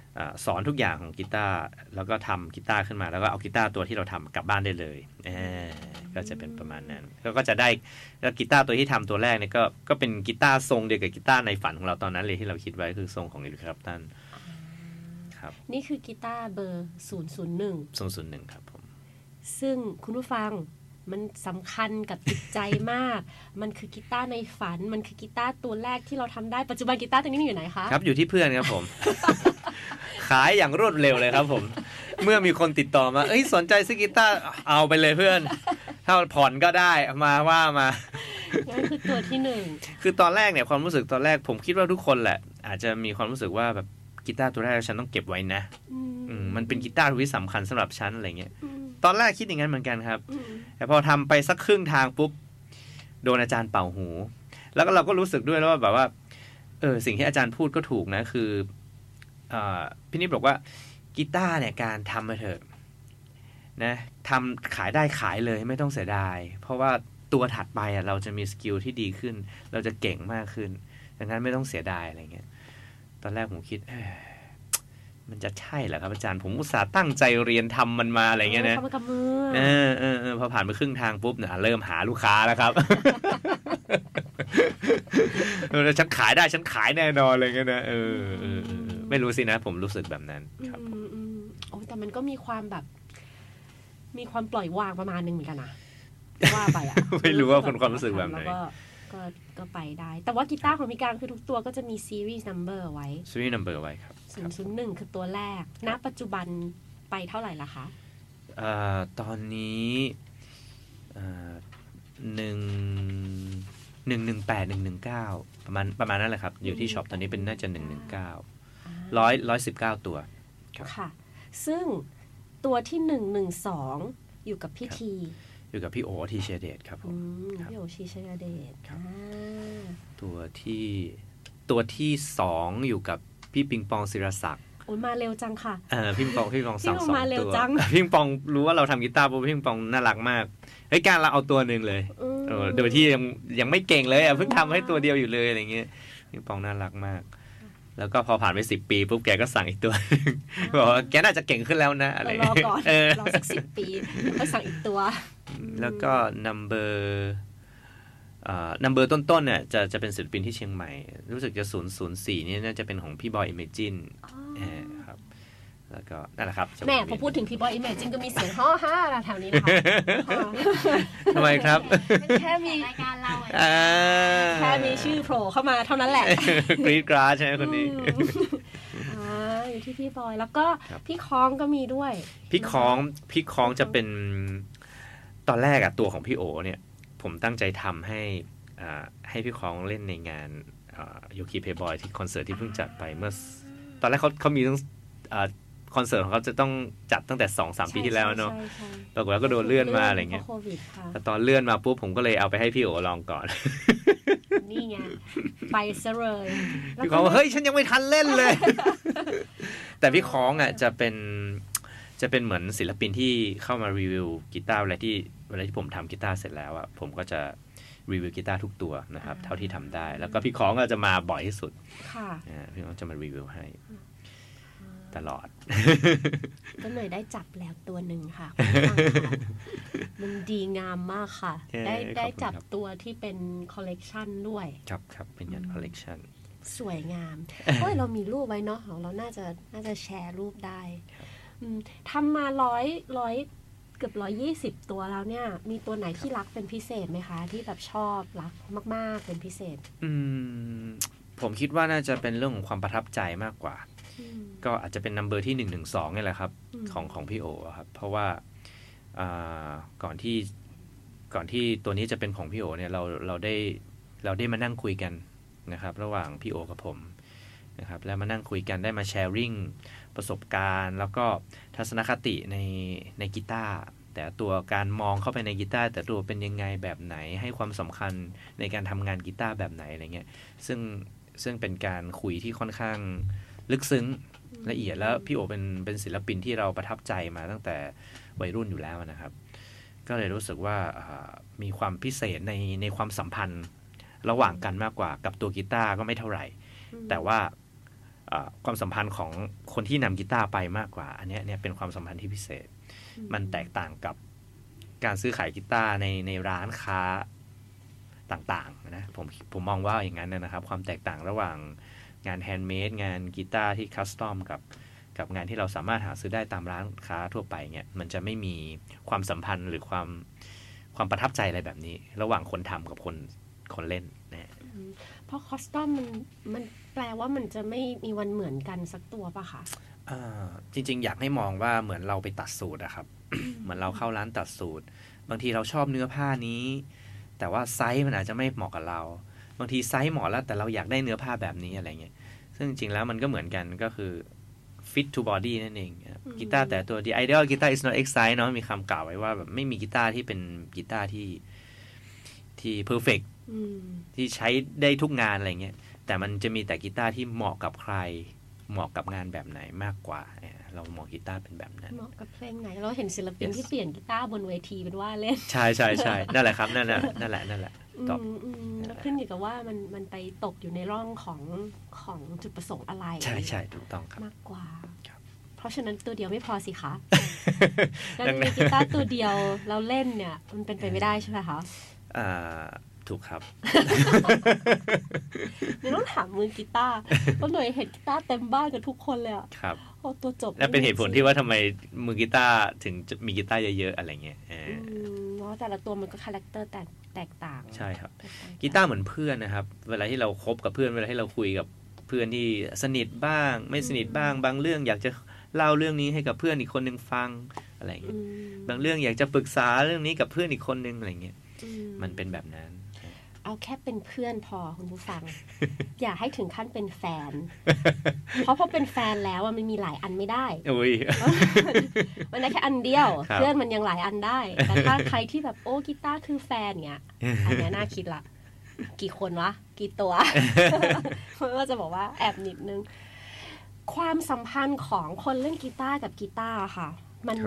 สอนทุกอย่างของกีตาร์แล้วก็ทำกีตาร์ขึ้นมาแล้วก็เอากีตาร์ตัวที่เราทำกลับบ้านได้เลยก็จะเป็นประมาณนั้นก็จะได้แล้วกีตาร์ตัวที่ทำตัวแรกเนี่ยก็เป็นกีตาร์ทรงเดียวกับกีตาร์ในฝันของเราตอนนั้นเลยที่เราคิดไว้คือทรงของ Eric Clapton ครับนี่คือกีตาร์เบอร์001 ครับผมซึ่งคุณผู้ฟังมันสำคัญกับจิตใจมากมันคือกีตาร์ในฝันมันคือกีตาร์ตัวแรกที่เราทำได้ปัจจุบันกีตาร์ตัวนี้อยู่ไหนคะครับอยู่ที่เพื่อนครับผม ขายอย่างรวดเร็วเลยครับผมเมื่อมีคนติดต่อมาสนใจซื้อกีตาร์เอาไปเลยเพื่อนถ้าผ่อนก็ได้มาว่ามานั่นคือตัวที่หนึ่งคือตอนแรกเนี่ยความรู้สึกตอนแรกผมคิดว่าทุกคนแหละอาจจะมีความรู้สึกว่าแบบกีตาร์ตัวแรกฉันต้องเก็บไว้นะมันเป็นกีตาร์ที่สำคัญสำหรับฉันอะไรเงี้ยตอนแรกคิดอย่างนั้นเหมือนกันครับแต่พอทำไปสักครึ่งทางปุ๊บโดนอาจารย์เป่าหูแล้วก็เราก็รู้สึกด้วยแล้วว่าแบบว่าสิ่งที่อาจารย์พูดก็ถูกนะคือพี่นิดบอกว่ากีตาร์เนี่ยการทำมาเถอะนะทำขายได้ขายเลยไม่ต้องเสียดายเพราะว่าตัวถัดไปเราจะมีสกิลที่ดีขึ้นเราจะเก่งมากขึ้นดังนั้นไม่ต้องเสียดายอะไรเงี้ยตอนแรกผมคิดมันจะใช่เหรอครับอาจารย์ผมอุตส่าห์ตั้งใจเรียนทำมันมาอะไรเงี้ยนะทำกับมือพอผ่านไปครึ่งทางปุ๊บเนี่ยเริ่มหาลูกค้าแล้วครับ ฉันขายได้ฉันขายแน่นอนอะไรเงี้ยนะไม่รู้สินะผมรู้สึกแบบนั้นครับโอ้แต่มันก็มีความแบบมีความปล่อยวางประมาณนึงเหมือนกันนะว่าไปไม่รู้ว่าคนความรู้สึกแบบไหนก็ไปได้แต่ว่ากีตาร์ของพี่การคือทุกตัวก็จะมีซีรีส์นัมเบอร์ไว้ครับ 001คือตัวแรกณปัจจุบันไปเท่าไหร่ละคะตอนนี้118 119ประมาณนั้นแหละครับอยู่ที่ช็อปตอนนี้เป็นน่าจะ119 ตัวค่ะซึ่งตัวที่112อยู่กับพี่ทีอยู่กับพี่โอทีเชเดตครับผมพี่โอทีเชเดตตัวที่2อยู่กับพี่ปิงปองศิรศักดิ์โอ้ยมาเร็วจังค่ะพี่ปิงปองสั่ง2 ตัวพี่ปิงปองรู้ว่าเราทำกีตาร์ปุ๊บพี่ปิงปองน่ารักมากการเราเอาตัวนึงเลยโดยที่ยังไม่เก่งเลยเพิ่งทำให้ตัวเดียวอยู่เลยอะไรเงี้ยพี่ปิงปองน่ารักมากแล้วก็พอผ่านไป10 ปีปุ๊บแกก็สั่งอีกตัวบอกว่าแกน่าจะเก่งขึ้นแล้วนะอะไรรอก่อนรอสัก10 ปีแล้วสั่งอีกตัวแล้วก็นัมเบอร์ต้นๆเนี่ยจะเป็นศิลปินที่เชียงใหม่รู้สึกจะ004นี่น่าจะเป็นของพี่บอยอิเมจินครับแล้วก็นั่นแหละครับแม่พอพูดถึงพี่บอยอิเมจินก็มีเสียงฮ่อฮ่าแถวนี้นะคะทำไมครับแค่มีรายการเราแค่มีชื่อโผล่เข้ามาเท่านั้นแหละกรี๊ดกราดใช่ไหมคนนี้อยู่ที่พี่บอยแล้วก็พี่ค้องก็มีด้วยพี่ค้องจะเป็นตอนแรกตัวของพี่โอเนี่ยผมตั้งใจทำให้พี่ค้องเล่นในงานโยคีเพย์บอยที่คอนเสิร์ตที่เพิ่งจัดไปเมื่อตอนแรกเขามีต้องคอนเสิร์ตของเขาจะต้องจัดตั้งแต่ 2-3 ปีที่แล้วเนาะปรากฏว่าก็โดนเลื่อนมาอะไรเงี้ยแต่ตอนเลื่อนมาปุ๊บผมก็เลยเอาไปให้พี่โอลองก่อนนี่ไงไปซะเลยพี่ค้องเฮ้ยฉันยังไม่ทันเล่นเลยแต่พี่ค้องจะเป็นเหมือนศิลปินที่เข้ามารีวิวกีตาร์เวลาที่ผมทำกีตาร์เสร็จแล้วผมก็จะรีวิวกีตาร์ทุกตัวนะครับเท่าที่ทำได้แล้วก็พี่ค้องก็จะมาบ่อยที่สุดพี่ค้องจะมารีวิวให้ตลอดก็เลยได้จับแล้วตัวหนึ่งค่ะมันดีงามมากค่ะได้จับตัวที่เป็นคอลเลกชันด้วยครับเป็นยันคอลเลกชันสวยงามเรามีรูปไว้เนาะของเราน่าจะแชร์รูปได้ทำมาเกือบ120 ตัวแล้วเนี่ยมีตัวไหนที่รักเป็นพิเศษไหมคะที่แบบชอบรักมากๆเป็นพิเศษผมคิดว่าน่าจะเป็นเรื่องของความประทับใจมากกว่าก็อาจจะเป็นนัมเบอร์ที่112นี่แหละครับของพี่โอครับเพราะว่าก่อนที่ตัวนี้จะเป็นของพี่โอเนี่ยเราได้มานั่งคุยกันนะครับระหว่างพี่โอกับผมนะครับแล้วมานั่งคุยกันได้มาแชร์ริ่งประสบการณ์แล้วก็ทัศนคติในกีตาร์แต่ตัวการมองเข้าไปในกีตาร์แต่ตัวเป็นยังไงแบบไหนให้ความสำคัญในการทำงานกีตาร์แบบไหนอะไรเงี้ยซึ่งเป็นการคุยที่ค่อนข้างลึกซึ้งละเอียดแล้วพี่โอเป็นศิลปินที่เราประทับใจมาตั้งแต่วัยรุ่นอยู่แล้วนะครับก็เลยรู้สึกว่ามีความพิเศษในความสัมพันธ์ระหว่างกันมากกว่ากับตัวกีตาร์ก็ไม่เท่าไหร่แต่ว่าความสัมพันธ์ของคนที่นำกีตาร์ไปมากกว่าอันนี้เนี่ยเป็นความสัมพันธ์ที่พิเศษมันแตกต่างกับการซื้อขายกีตาร์ในร้านค้าต่างๆนะผมมองว่าอย่างนั้นนะครับความแตกต่างระหว่างงานแฮนด์เมดงานกีตาร์ที่คัสตอมกับงานที่เราสามารถหาซื้อได้ตามร้านค้าทั่วไปเนี่ยมันจะไม่มีความสัมพันธ์หรือความประทับใจอะไรแบบนี้ระหว่างคนทำกับคนเล่นนะเพราะคัสตอมมันแปลว่ามันจะไม่มีวันเหมือนกันสักตัวป่ะคะจริงๆอยากให้มองว่าเหมือนเราไปตัดสูตรอะครับ เหมือนเราเข้าร้านตัดสูตรบางทีเราชอบเนื้อผ้านี้แต่ว่าไซส์มันอาจจะไม่เหมาะกับเราบางทีไซส์เหมาะแล้วแต่เราอยากได้เนื้อผ้าแบบนี้อะไรเงี้ยซึ่งจริงๆแล้วมันก็เหมือนกันก็คือ fit to body นั่นเองกีตาร์แต่ตัว the ideal guitar is not exciting เนาะมีคำกล่าวไว้ว่าแบบไม่มีกีตาร์ที่เป็นกีตาร์ที่ perfect ที่ใช้ได้ทุกงานอะไรเงี้ยแต่มันจะมีแต่กีตาร์ที่เหมาะกับใครเหมาะกับงานแบบไหนมากกว่าเรามองกีตาร์เป็นแบบนั้นเหมาะกับเพลงไหนเราเห็นศิลปินที่เปลี่ยนกีตาร์บนเวทีเป็นว่าเล่นใช่ใช่ใช่นั่นแหละครับนั่นแหละตอบแล้วขึ้นอยู่กับว่ามันไปตกอยู่ในร่องของจุดประสงค์อะไรใช่ใช่ถูกต้องครับมากกว่าเพราะฉะนั้นตัวเดียวไม่พอสิคะการมีกีตาร์ตัวเดียวเราเล่นเนี่ยมันเป็นไปไม่ได้ใช่ไหมคะถูกครับเดี๋ยวต้องถามมือกีตาร์เพราะหน่อยเห็นกีตาร์เต็มบ้านกับทุกคนเลยอ่ะครับโอ้ตัวจบและเป็นเหตุผลที่ว่าทำไมมือกีตาร์ถึงมีกีตาร์เยอะๆอะไรเงี้ยเพราะแต่ละตัวมันก็คาแรคเตอร์แตกต่างใช่ครับกีตาร์เหมือนเพื่อนนะครับเวลาที่เราคบกับเพื่อนเวลาที่เราคุยกับเพื่อนที่สนิทบ้างไม่สนิทบ้างบางเรื่องอยากจะเล่าเรื่องนี้ให้กับเพื่อนอีกคนนึงฟังอะไรเงี้ยบางเรื่องอยากจะปรึกษาเรื่องนี้กับเพื่อนอีกคนนึงอะไรเงี้ยมันเป็นแบบนั้นเอาแค่เป็นเพื่อนพอคุณผู้ฟัง อย่าให้ถึงขั้นเป็นแฟน เพราะพอเป็นแฟนแล้วมันมีหลายอันไม่ได้มันได้แค่อันเดียวเพื่อนมันยังหลายอันได้แต่ถ้าใครที่แบบโอ้กีตาร์คือแฟนเนี้ยอันนี้น่าคิดละกี่คนวะกี่ตัว เพราะว่าจะบอกว่าแอบนิดนึงความสัมพันธ์ของคนเล่นกีตาร์กับกีตาร์ค่ะมัน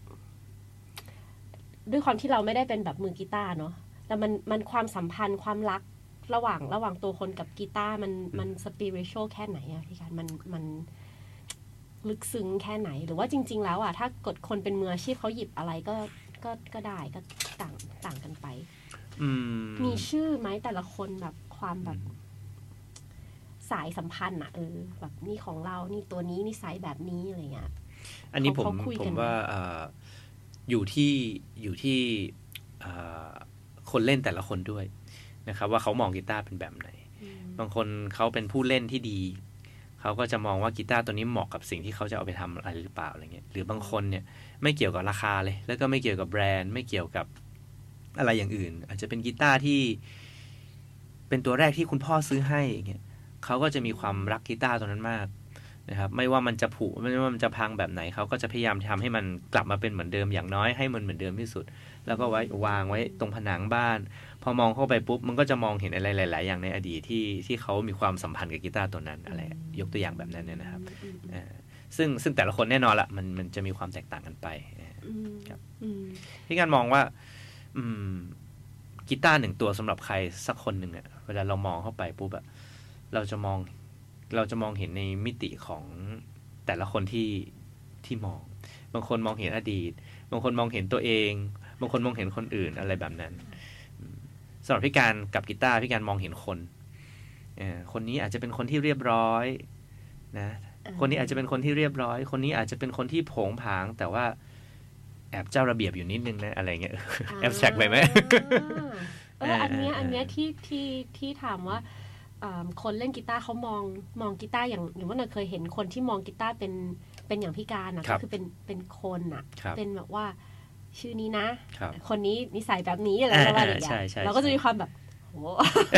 ด้วยความที่เราไม่ได้เป็นแบบมือกีตาร์เนาะแต่มันความสัมพันธ์ความรักระหว่างตัวคนกับกีตาร์มันสปิริชวลแค่ไหนอะพี่การมันลึกซึ้งแค่ไหนหรือว่าจริงๆแล้วอะถ้ากดคนเป็นมืออาชีพเขาหยิบอะไรก็ได้ก็ต่างกันไปมีชื่อไหมแต่ละคนแบบความแบบสายสัมพันธ์อะแบบนี่ของเรานี่ตัวนี้นี่ไซส์แบบนี้อะไรเงี้ยอันนี้ผมว่าอยู่ที่คนเล่นแต่ละคนด้วยนะครับว่าเขามองกีตาร์เป็นแบบไหนบางคนเขาเป็นผู้เล่นที่ดีเขาก็จะมองว่ากีตาร์ตัวนี้เหมาะกับสิ่งที่เขาจะเอาไปทำอะไรหรือเปล่าอะไรเงี้ยหรือบางคนเนี่ยไม่เกี่ยวกับราคาเลยแล้วก็ไม่เกี่ยวกับแบรนด์ไม่เกี่ยวกับอะไรอย่างอื่นอาจจะเป็นกีตาร์ที่เป็นตัวแรกที่คุณพ่อซื้อให้อย่างเงี้ยเขาก็จะมีความรักกีตาร์ตัวนั้นมากนะครับไม่ว่ามันจะผุไม่ว่ามันจะพังแบบไหนเขาก็จะพยายามทำให้มันกลับมาเป็นเหมือนเดิมอย่างน้อยให้มันเหมือนเดิมที่สุดแล้วก็วางไว้ตรงผนังบ้านพอมองเข้าไปปุ๊บมันก็จะมองเห็นอะไรหลายๆอย่างในอดีตที่เขามีความสัมพันธ์กับกีตาร์ตัวนั้นอะไรยกตัวอย่างแบบนั้นเนี่ยนะครับซึ่งแต่ละคนแน่นอนละมันจะมีความแตกต่างกันไปครับที่การมองว่ากีตาร์หนึ่งตัวสำหรับใครสักคนหนึ่งอะเวลาเรามองเข้าไปปุ๊บอะเราจะมองเห็นในมิติของแต่ละคนที่มองบางคนมองเห็นอดีตบางคนมองเห็นตัวเองบางคนมองเห็นคนอื่นอะไรแบบนั้นสำหรับพี่การกับกีตาร์พี่การมองเห็นคนนี้อาจจะเป็นคนที่เรียบร้อยนะคนนี้อาจจะเป็นคนที่เรียบร้อยคนนี้อาจจะเป็นคนที่โผงผางแต่ว่าแอบเจ้าระเบียบอยู่นิดนึงนะอะไรเงี้ยแอบแซกไปไหมอันเนี้ยที่ถามว่าคนเล่นกีตาร์เขามองกีตาร์อย่างว่าเราเคยเห็นคนที่มองกีตาร์เป็นอย่างพี่การนะก็คือเป็นคนอ่ะเป็นแบบว่าชื่อนี้นะคนนี้นิสัยแบบนี้อะไรประมาณอย่างเงี้ยเราก็จะมีความแบบโห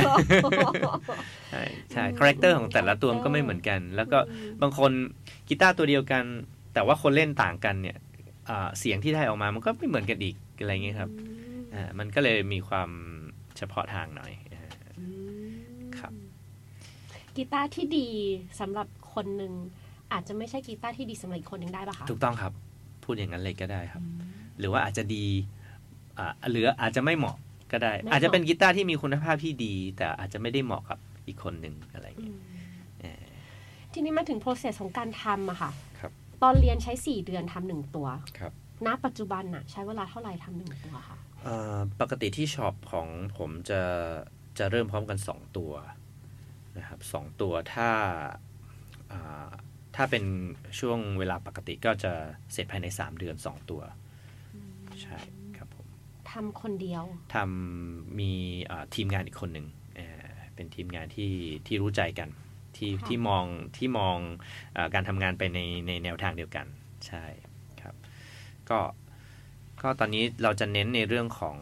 ใช่คาแรคเตอร์ของแต่ละตัวก็ไม่เหมือนกันแล้วก็บางคนกีตาร์ตัวเดียวกันแต่ว่าคนเล่นต่างกันเนี่ยเสียงที่ได้ออกมามันก็ไม่เหมือนกันอีกอะไรเงี้ยครับมันก็เลยมีความเฉพาะทางหน่อยครับกีตาร์ที่ดีสำหรับคนหนึ่งอาจจะไม่ใช่กีตาร์ที่ดีสำหรับอีกคนหนึ่งได้ป่ะคะถูกต้องครับพูดอย่างนั้นเลยก็ได้ครับหรือว่าอาจจะดีหรืออาจจะไม่เหมาะก็ได้อาจจะเป็นกีตาร์ที่มีคุณภาพที่ดีแต่อาจจะไม่ได้เหมาะกับอีกคนหนึ่งอะไรอย่างเงี้ยทีนี้มาถึง process ของการทำอะค่ะครับตอนเรียนใช้4 เดือนทำ1 ตัวครับณ ปัจจุบันน่ะใช้เวลาเท่าไหร่ทำ1 ตัวค่ะปกติที่ช็อปของผมจะเริ่มพร้อมกัน2 ตัวนะครับ2 ตัวถ้าเป็นช่วงเวลาปกติก็จะเสร็จภายใน3 เดือน2 ตัวใช่ครับผมทำคนเดียวมีทีมงานอีกคนหนึ่งเป็นทีมงานที่รู้ใจกันที่มองการทำงานไปในแนวทางเดียวกันใช่ครับก็ตอนนี้เราจะเน้นในเรื่องของ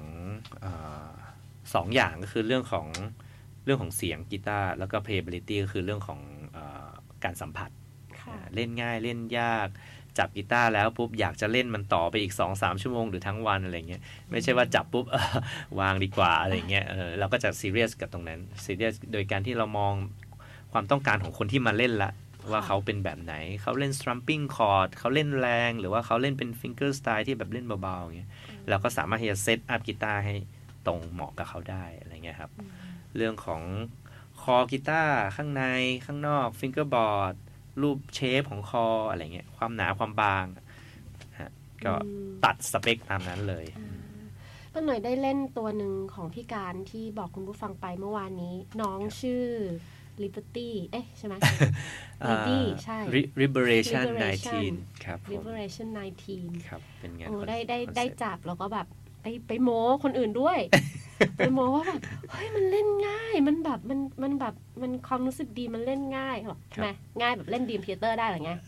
2 อย่างก็คือเรื่องของเสียงกีตาร์แล้วก็ playability ก็คือเรื่องของการสัมผัสเล่นง่ายเล่นยากจับกีตาร์แล้วปุ๊บอยากจะเล่นมันต่อไปอีก 2-3 ชั่วโมงหรือทั้งวันอะไรเงี้ยไม่ใช่ว่าจับปุ๊บวางดีกว่าอะไรเงี้ยเราก็จะซีเรียสกับตรงนั้นซีเรียสโดยการที่เรามองความต้องการของคนที่มาเล่นละว่าเขาเป็นแบบไหนเขาเล่น strumming chord เขาเล่นแรงหรือว่าเขาเล่นเป็น finger style ที่แบบเล่นเบาๆอย่างเงี้ยเราก็สามารถที่จะเซตอัพกีตาร์ให้ตรงเหมาะกับเขาได้อะไรเงี้ยครับเรื่องของคอกีตาร์ข้างในข้างนอก fingerboard รูปเชฟของคออะไรเงี้ยความหนาความบางก็ตัดสเปคตามนั้นเลยป้าหน่อยได้เล่นตัวหนึ่งของพี่การที่บอกคุณผู้ฟังไปเมื่อวานนี้น้องชื่อ Liberty ใช่ไหม Lady ใช่ Liberation 19 ครับ Liberation 19 ครับเป็นงานได้จับแล้วก็แบบไปโม้คนอื่นด้วย ไปโม้ว่าแบบเฮ้ยมันเล่นง่ายมันแบบมันแบบมันความรู้สึกดีมันเล่นง่ายหรอใช่ไหมง่ายแบบเล่นดีมเทเตอร์ได้หรอไง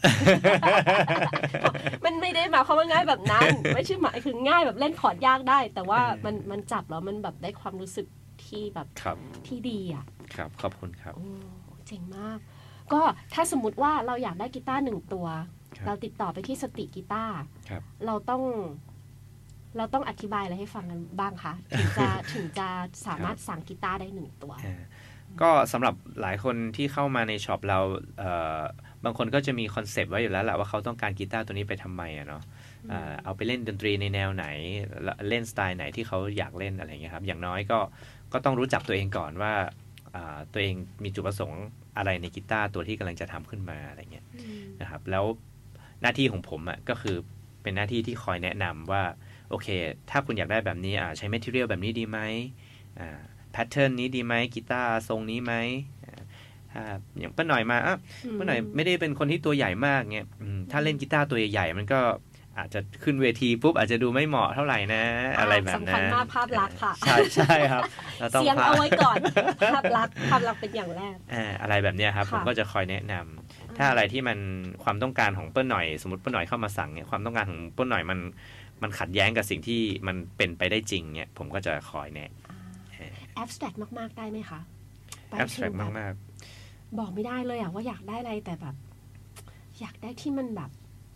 มันไม่ได้หมายความว่าง่ายแบบนั้นไม่ใช่หมายถึงง่ายแบบเล่นคอร์ดยากได้แต่ว่ามันจับแล้วมันแบบได้ความรู้สึกที่แบบที่ดีอ่ะครับขอบคุณครับเจ๋งมากก็ถ้าสมมุติว่าเราอยากได้กีตาร์1 ตัวเราติดต่อไปที่สติกีตาร์เราต้องอธิบายอะไรให้ฟังกันบ้างคะถึงจะสามารถสั่งกีตาร์ได้1 ตัวก็สำหรับหลายคนที่เข้ามาในช็อปเราบางคนก็จะมีคอนเซปต์ไว้อยู่แล้วแหละว่าเขาต้องการกีตาร์ตัวนี้ไปทำไมเนาะเอาไปเล่นดนตรีในแนวไหนเล่นสไตล์ไหนที่เขาอยากเล่นอะไรเงี้ยครับอย่างน้อยก็ต้องรู้จักตัวเองก่อนว่าตัวเองมีจุดประสงค์อะไรในกีตาร์ตัวที่กำลังจะทำขึ้นมาอะไรเงี้ยนะครับแล้วหน้าที่ของผมก็คือเป็นหน้าที่ที่คอยแนะนำว่าโอเคถ้าคุณอยากได้แบบนี้ใช้แมททีเรียลแบบนี้ดีไหมแพทเทิร์นนี้ดีไหมกีตาร์ทรงนี้ไหมอย่างป้าหน่อยมาป้าหน่อยไม่ได้เป็นคนที่ตัวใหญ่มากเงี้ยถ้าเล่นกีตาร์ตัวใหญ่ๆมันก็อาจจะขึ้นเวทีปุ๊บอาจจะดูไม่เหมาะเท่าไหร่นะอะไรแบบนั้นสำคัญมากภาพลักษณ์ค่ะใช่ครับเราต้องเสียงเอาไว้ก่อนภาพลักษณ์เป็นอย่างแรกอะไรแบบนี้ครับผมก็จะคอยแนะนำถ้าอะไรที่มันความต้องการของป้าหน่อยสมมติป้าหน่อยเข้ามาสั่งเนี่ยความต้องการของป้าหน่อยมันขัดแย้งกับสิ่งที่มันเป็นไปได้จริงเนี่ยผมก็จะคอยแนะ abstract มากๆได้ไหมคะ abstract มากๆบอกไม่ได้เลยว่าอยากได้อะไรแต่แบบอยากได้ที่มันแบบ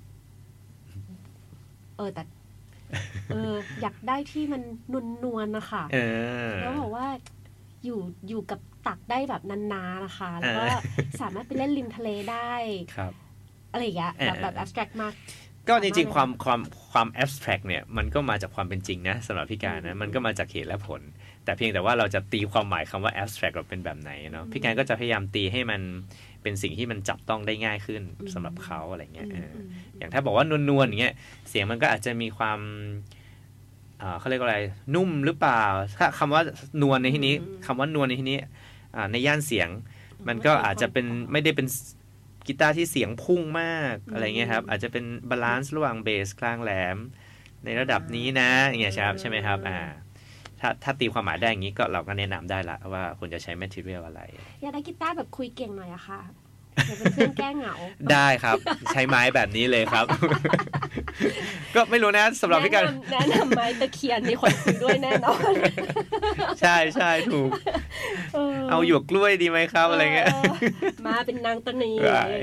แต่อยากได้ที่มันนวลๆนะคะแล้วบอกว่าอยู่กับตักได้แบบนานๆนะคะแล้วก็สามารถไปเล่นริมทะเลได้อะไรอย่างเงี้ยแบบ abstract มากก็จริงๆความ abstract เนี่ยมันก็มาจากความเป็นจริงนะสำหรับพี่การนะมันก็มาจากเหตุและผลแต่เพียงแต่ว่าเราจะตีความหมายคำว่า abstract เราเป็นแบบไหนเนาะพี่การก็จะพยายามตีให้มันเป็นสิ่งที่มันจับต้องได้ง่ายขึ้นสำหรับเขาอะไรเงี้ยอย่างถ้าบอกว่านวลๆอย่างเงี้ยเสียงมันก็อาจจะมีความเขาเรียกว่าอะไรนุ่มหรือเปล่าถ้าคำว่านวลในที่นี้คำว่านวลในที่นี้ในย่านเสียงมันก็อาจจะเป็นไม่ได้เป็นกีตาร์ที่เสียงพุ่งมากอะไรเงี้ยครับอาจจะเป็นบาลานซ์ระหว่างเบสกลางแหลมในระดับนี้นะอย่างเงี้ยใช่ไหมครับถ้าตีความหมายได้อย่างนี้ก็เราก็แนะนำได้ละว่าควรจะใช้แมททีเรียลอะไรอยากได้กีตาร์แบบคุยเก่งหน่อยอะค่ะเป็นเพื่อนแก้เหงาได้ครับใช้ไม้แบบนี้เลยครับ ก็ไม่รู้นะสำหรับพี่การแนะนำไม้ตะเคียนมีคนคุยด้วยแน่นอนใช่ถูกเอาหยวกกล้วยดีไหมครับอะไรเงี้ยมาเป็นนางตะนี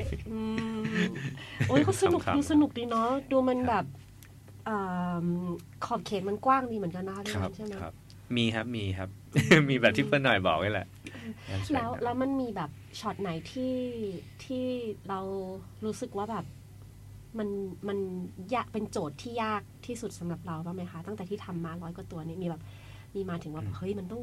โอ้ยเขาสนุกดีเนาะดูมันแบบขอบเขตมันกว้างดีเหมือนกันนะคะใช่ไหมมีครับ มีแบบที่เพื่อนหน่อยบอกนี่แหละแล้วมันมีแบบช็อตไหนที่เรารู้สึกว่าแบบมันยากเป็นโจทย์ที่ยากที่สุดสำหรับเราบ้างไหมคะตั้งแต่ที่ทำมา100 กว่าตัวนี้มีมาถึงว่าเฮ้ยมันต้อง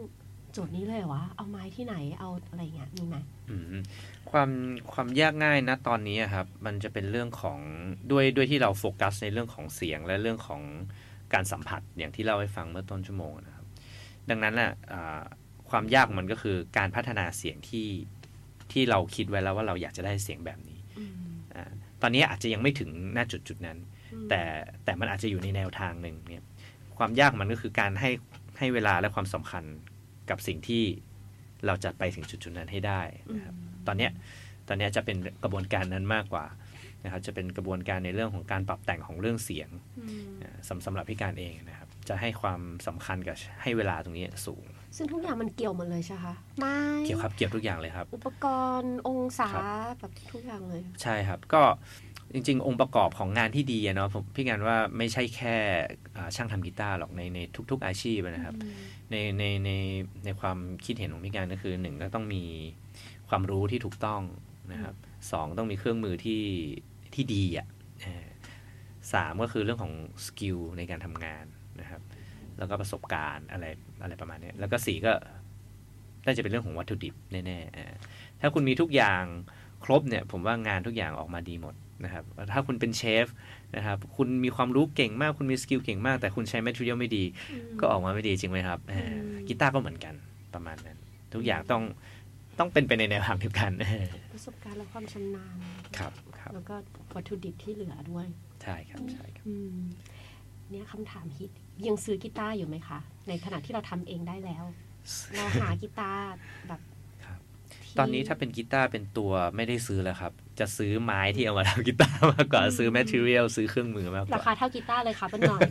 โจทย์นี้เลยเหรอวะเอาไม้ที่ไหนเอาอะไรเงี้ยมีไหมความยากง่ายนะตอนนี้ครับมันจะเป็นเรื่องของด้วยที่เราโฟกัสในเรื่องของเสียงและเรื่องของการสัมผัสอย่างที่เล่าให้ฟังเมื่อต้นชั่วโมงนะครับดังนั้นน่ะความยากมันก็คือการพัฒนาเสียงที่เราคิดไว้แล้วว่าเราอยากจะได้เสียงแบบนี้ตอนนี้อาจจะยังไม่ถึงหน้าจุดนั้นแต่มันอาจจะอยู่ในแนวทางหนึ่งเนี่ยความยากมันก็คือการให้เวลาและความสำคัญกับสิ่งที่เราจะไปถึงจุดนั้นให้ได้นะครับตอนนี้จะเป็นกระบวนการนั้นมากกว่านะครับจะเป็นกระบวนการในเรื่องของการปรับแต่งของเรื่องเสียงสำหรับพี่การเองนะครับจะให้ความสำคัญกับให้เวลาตรงนี้สูงซึ่งทุกอย่างมันเกี่ยวหมดเลยใช่ไหมคะไม่เกี่ยวครับเกี่ยวทุกอย่างเลยครับอุปกรณ์องศาแบบทุกอย่างเลยใช่ครับก็จริงๆองค์ประกอบของงานที่ดีเนาะผมพี่การว่าไม่ใช่แค่ช่างทำกีตาร์หรอกในทุกๆอาชีพนะครับในความคิดเห็นของพี่การก็คือหนึ่งก็ต้องมีความรู้ที่ถูกต้องนะครับสองต้องมีเครื่องมือที่ดีอ่ะสามก็คือเรื่องของสกิลในการทำงานนะครับแล้วก็ประสบการณ์อะไรประมาณนี้แล้วก็สี่ก็น่าจะเป็นเรื่องของวัตถุดิบแน่ๆถ้าคุณมีทุกอย่างครบเนี่ยผมว่างานทุกอย่างออกมาดีหมดนะครับถ้าคุณเป็นเชฟนะครับคุณมีความรู้เก่งมากคุณมีสกิลเก่งมากแต่คุณใช้แมทริอลไม่ดีก็ออกมาไม่ดีจริงไหมครับกีตาร์ก็เหมือนกันประมาณนั้นทุกอย่างต้องเป็นไปในแนวทางเดียวกันประสบการณ์และความชำนาญครับแล้วก็วัตถุดิบที่เหลือด้วยใช่ครับเนี่ยคำถามฮิตยังซื้อกีตาร์อยู่ไหมคะในขณะที่เราทำเองได้แล้วเราหากีตาร์แบบตอนนี้ถ้าเป็นกีตาร์เป็นตัวไม่ได้ซื้อแล้วครับจะซื้อไม้ที่เอามาทำกีตาร์มากกว่าซื้อแมททีเรียลซื้อเครื่องมือมากกว่าราคาเท่ากีตาร์เลยค่ะเป็นหน่อย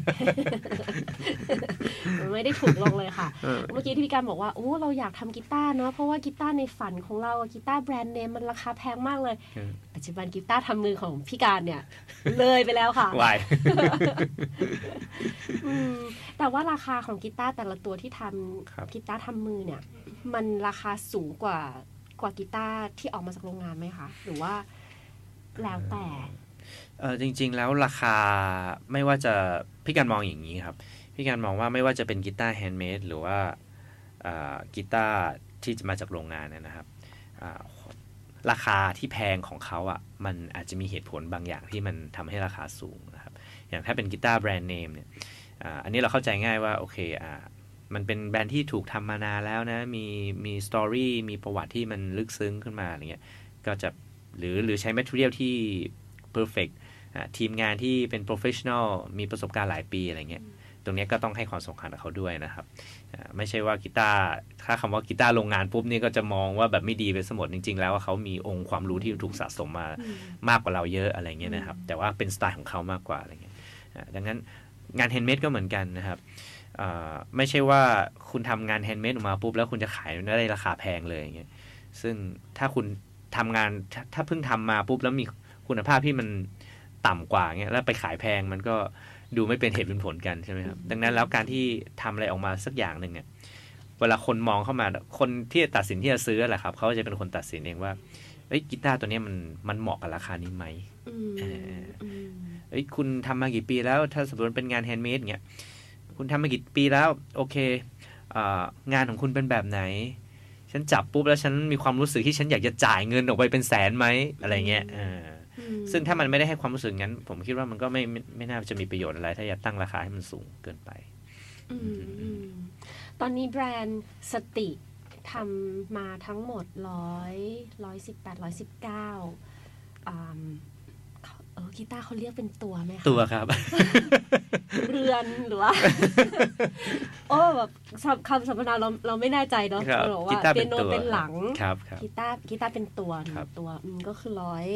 ไม่ได้ถูกลงเลยค่ะเมื่อกี้ที่พี่การบอกว่าโอ้เราอยากทำกีตาร์เนาะเพราะว่ากีตาร์ในฝันของเรากีตาร์แบรนด์เนมมันราคาแพงมากเลยปัจจุบันกีตาร์ทำมือของพี่การเนี่ยเลยไปแล้วค่ะวายแต่ว่าราคาของกีตาร์แต่ละตัวที่ทำกีตาร์ทำมือเนี่ยมันราคาสูงกว่ากีตาร์ที่ออกมาจากโรงงานไหมคะหรือว่าแล้วแต่จริงๆแล้วราคาไม่ว่าจะพี่การมองอย่างนี้ครับพี่การมองว่าไม่ว่าจะเป็นกีตาร์แฮนด์เมดหรือว่ากีตาร์ที่มาจากโรงงานนะครับราคาที่แพงของเขาอ่ะมันอาจจะมีเหตุผลบางอย่างที่มันทำให้ราคาสูงนะครับอย่างถ้าเป็นกีตาร์แบรนด์เนมเนี่ยอันนี้เราเข้าใจง่ายว่าโอเคมันเป็นแบรนด์ที่ถูกทำมานานแล้วนะมีสตอรี่มีประวัติที่มันลึกซึ้งขึ้นมาอะไรเงี้ยก็จะหรือใช้แมทริอลที่ perfect ทีมงานที่เป็น professional มีประสบการณ์หลายปีอะไรเงี้ยตรงนี้ก็ต้องให้ความสำคัญกับเขาด้วยนะครับไม่ใช่ว่ากีตาร์ถ้าคำว่ากีตาร์โรงงานปุ๊บนี่ก็จะมองว่าแบบไม่ดีไปซะหมดจริงๆแล้วว่าเขามีองค์ความรู้ที่ถูกสะสมมามากกว่าเราเยอะอะไรเงี้ยนะครับแต่ว่าเป็นสไตล์ของเขามากกว่าอะไรเงี้ยดังนั้นงานแฮนด์เมดก็เหมือนกันนะครับไม่ใช่ว่าคุณทำงานแฮนด์เมดออกมาปุ๊บแล้วคุณจะขายได้ราคาแพงเลยอย่างเงี้ยซึ่งถ้าคุณทำงานถ้าเพิ่งทำมาปุ๊บแล้วมีคุณภาพที่มันต่ำกว่าเงี้ยแล้วไปขายแพงมันก็ดูไม่เป็นเหตุเป็นผลกันใช่ไหมครับดังนั้นแล้วการที่ทำอะไรออกมาสักอย่างหนึ่งเนี่ยเวลาคนมองเข้ามาคนที่ตัดสินที่จะซื้อแหละครับเขาจะเป็นคนตัดสินเองว่ากีตาร์ตัวนี้มันเหมาะกับราคานี้ไหมคุณทำมากี่ปีแล้วถ้าสมมติเป็นงานแฮนด์เมดเงี้ยคุณทำมากี่ปีแล้วโอเคงานของคุณเป็นแบบไหนฉันจับปุ๊บแล้วฉันมีความรู้สึกที่ฉันอยากจะจ่ายเงินออกไปเป็นแสนไหมอะไรเงี้ยซึ่งถ้ามันไม่ได้ให้ความรู้สึกงั้นผมคิดว่ามันก็ไม่น่าจะมีประโยชน์อะไรถ้าอยากตั้งราคาให้มันสูงเกินไปตอนนี้แบรนด์สติทำมาทั้งหมด118 119กีตาร์เขาเรียกเป็นตัวไหมคะตัวครับเรือนหรือว่าแบบคำสรรพนามเราไม่แน่ใจเนาะเราบอกว่าเปียโนเป็นหลังกีตาร์เป็นตัวก็คือ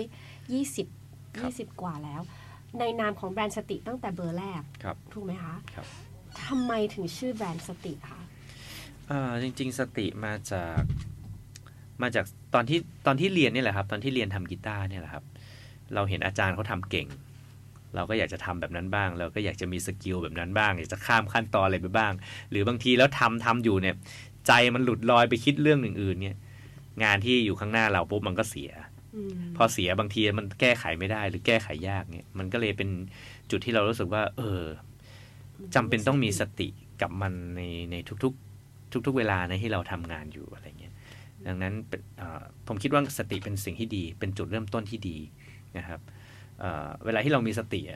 120กว่าแล้วในนามของแบรนด์สติตั้งแต่เบอร์แรกถูกไหมคะทำไมถึงชื่อแบรนด์สติคะจริงๆสติมาจากตอนที่เรียนนี่แหละครับตอนที่เรียนทำกีตาร์เนี่ยแหละครับเราเห็นอาจารย์เขาทำเก่งเราก็อยากจะทำแบบนั้นบ้างเราก็อยากจะมีสกิลแบบนั้นบ้างอยากจะข้ามขั้นตอนอะไรไปบ้างหรือบางทีแล้วทำอยู่เนี่ยใจมันหลุดลอยไปคิดเรื่องอื่นๆเนี่ยงานที่อยู่ข้างหน้าเราปุ๊บมันก็เสียพอเสียบางทีมันแก้ไขไม่ได้หรือแก้ไขยากเนี่ยมันก็เลยเป็นจุดที่เรารู้สึกว่าจำเป็นต้องมีสติกับมันในทุกๆเวลานะที่เราทำงานอยู่อะไรเงี้ยดังนั้นผมคิดว่าสติเป็นสิ่งที่ดีเป็นจุดเริ่มต้นที่ดีนะครับเวลาที่เรามีสติ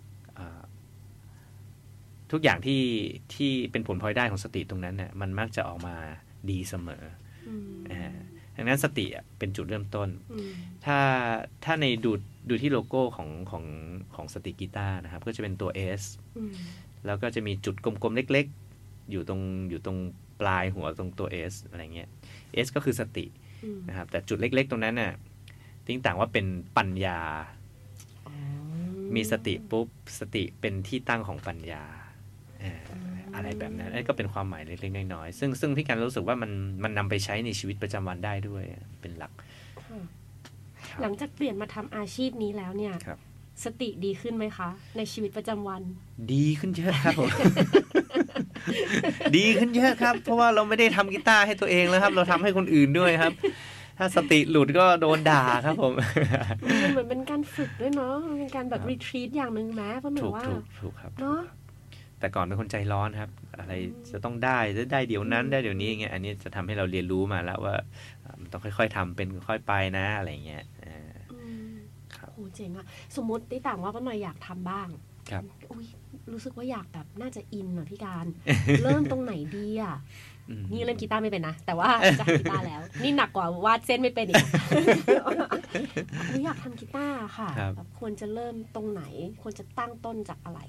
ทุกอย่างที่เป็นผลพลอยได้ของสติตรงนั้นเนี่ยมันมักจะออกมาดีเสมอดังนั้นสติเป็นจุดเริ่มต้นถ้าในดูที่โลโก้ของสติกีตาร์นะครับก็จะเป็นตัว S แล้วก็จะมีจุดกลมๆเล็กๆอยู่ตรงปลายหัวตรงตัว S อะไรเงี้ย S ก็คือสตินะครับแต่จุดเล็กๆตรงนั้นน่ะติ้งต่างว่าเป็นปัญญามีสติปุ๊บสติเป็นที่ตั้งของปัญญาอะไรแบบนั้นก็เป็นความหมายเล็กๆน้อยๆซึ่งพี่การรู้สึกว่ามันนำไปใช้ในชีวิตประจำวันได้ด้วยเป็นหลักหลังจากเปลี่ยนมาทำอาชีพนี้แล้วเนี่ยสติดีขึ้นไหมคะในชีวิตประจำวันดีขึ้นเยอะครับผม ดีขึ้นเยอะครับเพราะว่าเราไม่ได้ทำกีตาร์ให้ตัวเองแล้วครับเราทำให้คนอื่นด้วยครับถ้าสติหลุดก็โดนด่าครับผมมันเหมือนเป็นการฝึกด้วยเนาะมันเป็นการแบบรีทรีตอย่างนึงแม้เพราะเหมือนว่าถูกครับเนาะแต่ก่อนเป็นคนใจร้อนครับอะไรจะต้องได้เดี๋ยวนั้นได้เดี๋ยวนี้อย่างเงี้ยอันนี้จะทำให้เราเรียนรู้มาแล้วว่ามันต้องค่อยๆทำเป็นค่อยๆไปนะอะไรเงี้ยโอ้เจ๋งอะสมมติที่ต่างว่าป้าหน่อยอยากทำบ้างครับอุ้ยรู้สึกว่าอยากแบบน่าจะอินหน่อยพี่การ เริ่มตรงไหนดีอะนี่เล่นกีตาร์ไม่เป็นนะแต่ว่าจะกีตาร์แล้วนี่หนักกว่าวาดเส้นไม่เป็นอีก อยากทำกีตาร์ค่ะแบบควรจะเริ่มตรงไหนควรจะตั้งต้นจากอะไร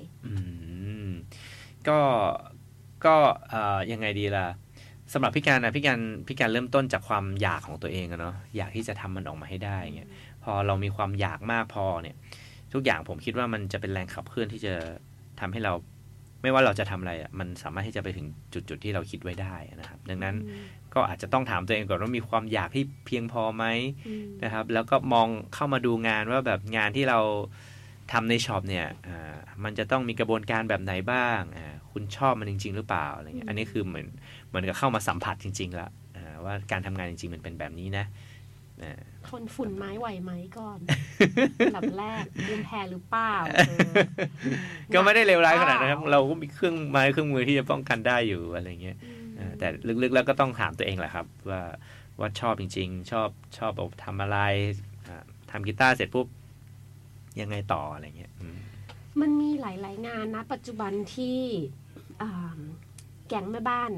ก็ยังไงดีล่ะสำหรับพี่การนะพี่การเริ่มต้นจากความอยากของตัวเองอะเนาะอยากที่จะทำมันออกมาให้ได้เงี้ยพอเรามีความอยากมากพอเนี่ยทุกอย่างผมคิดว่ามันจะเป็นแรงขับเคลื่อนที่จะทำให้เราไม่ว่าเราจะทำอะไรอ่ะมันสามารถที่จะไปถึงจุดที่เราคิดไว้ได้นะครับดังนั้นก็อาจจะต้องถามตัวเองก่อนว่ามีความอยากที่เพียงพอไหมนะครับแล้วก็มองเข้ามาดูงานว่าแบบงานที่เราทำในช็อปเนี่ยมันจะต้องมีกระบวนการแบบไหนบ้างคุณชอบมันจริงๆหรือเปล่าอะไรเงี้ยอันนี้คือเหมือนกับเข้ามาสัมผัสจริงๆแล้วว่าการทำงานจริงๆมันเป็นแบบนี้นะทนฝุ่นไม้ไหวไหมก่อนแบบแรกภูมิแพ้หรือเปล่าก็ไม่ได้เลวร้ายขนาดนั้นครับเราก็มีเครื่องไม้เครื่องมือที่จะป้องกันได้อยู่อะไรเงี้ยแต่ลึกๆแล้วก็ต้องถามตัวเองแหละครับว่าชอบจริงๆชอบทำอะไรทำกีตาร์เสร็จปุ๊บยังไงต่ออะไรเงี้ยมันมีหลายๆงานนะปัจจุบันที่แก๊งแม่บ้าน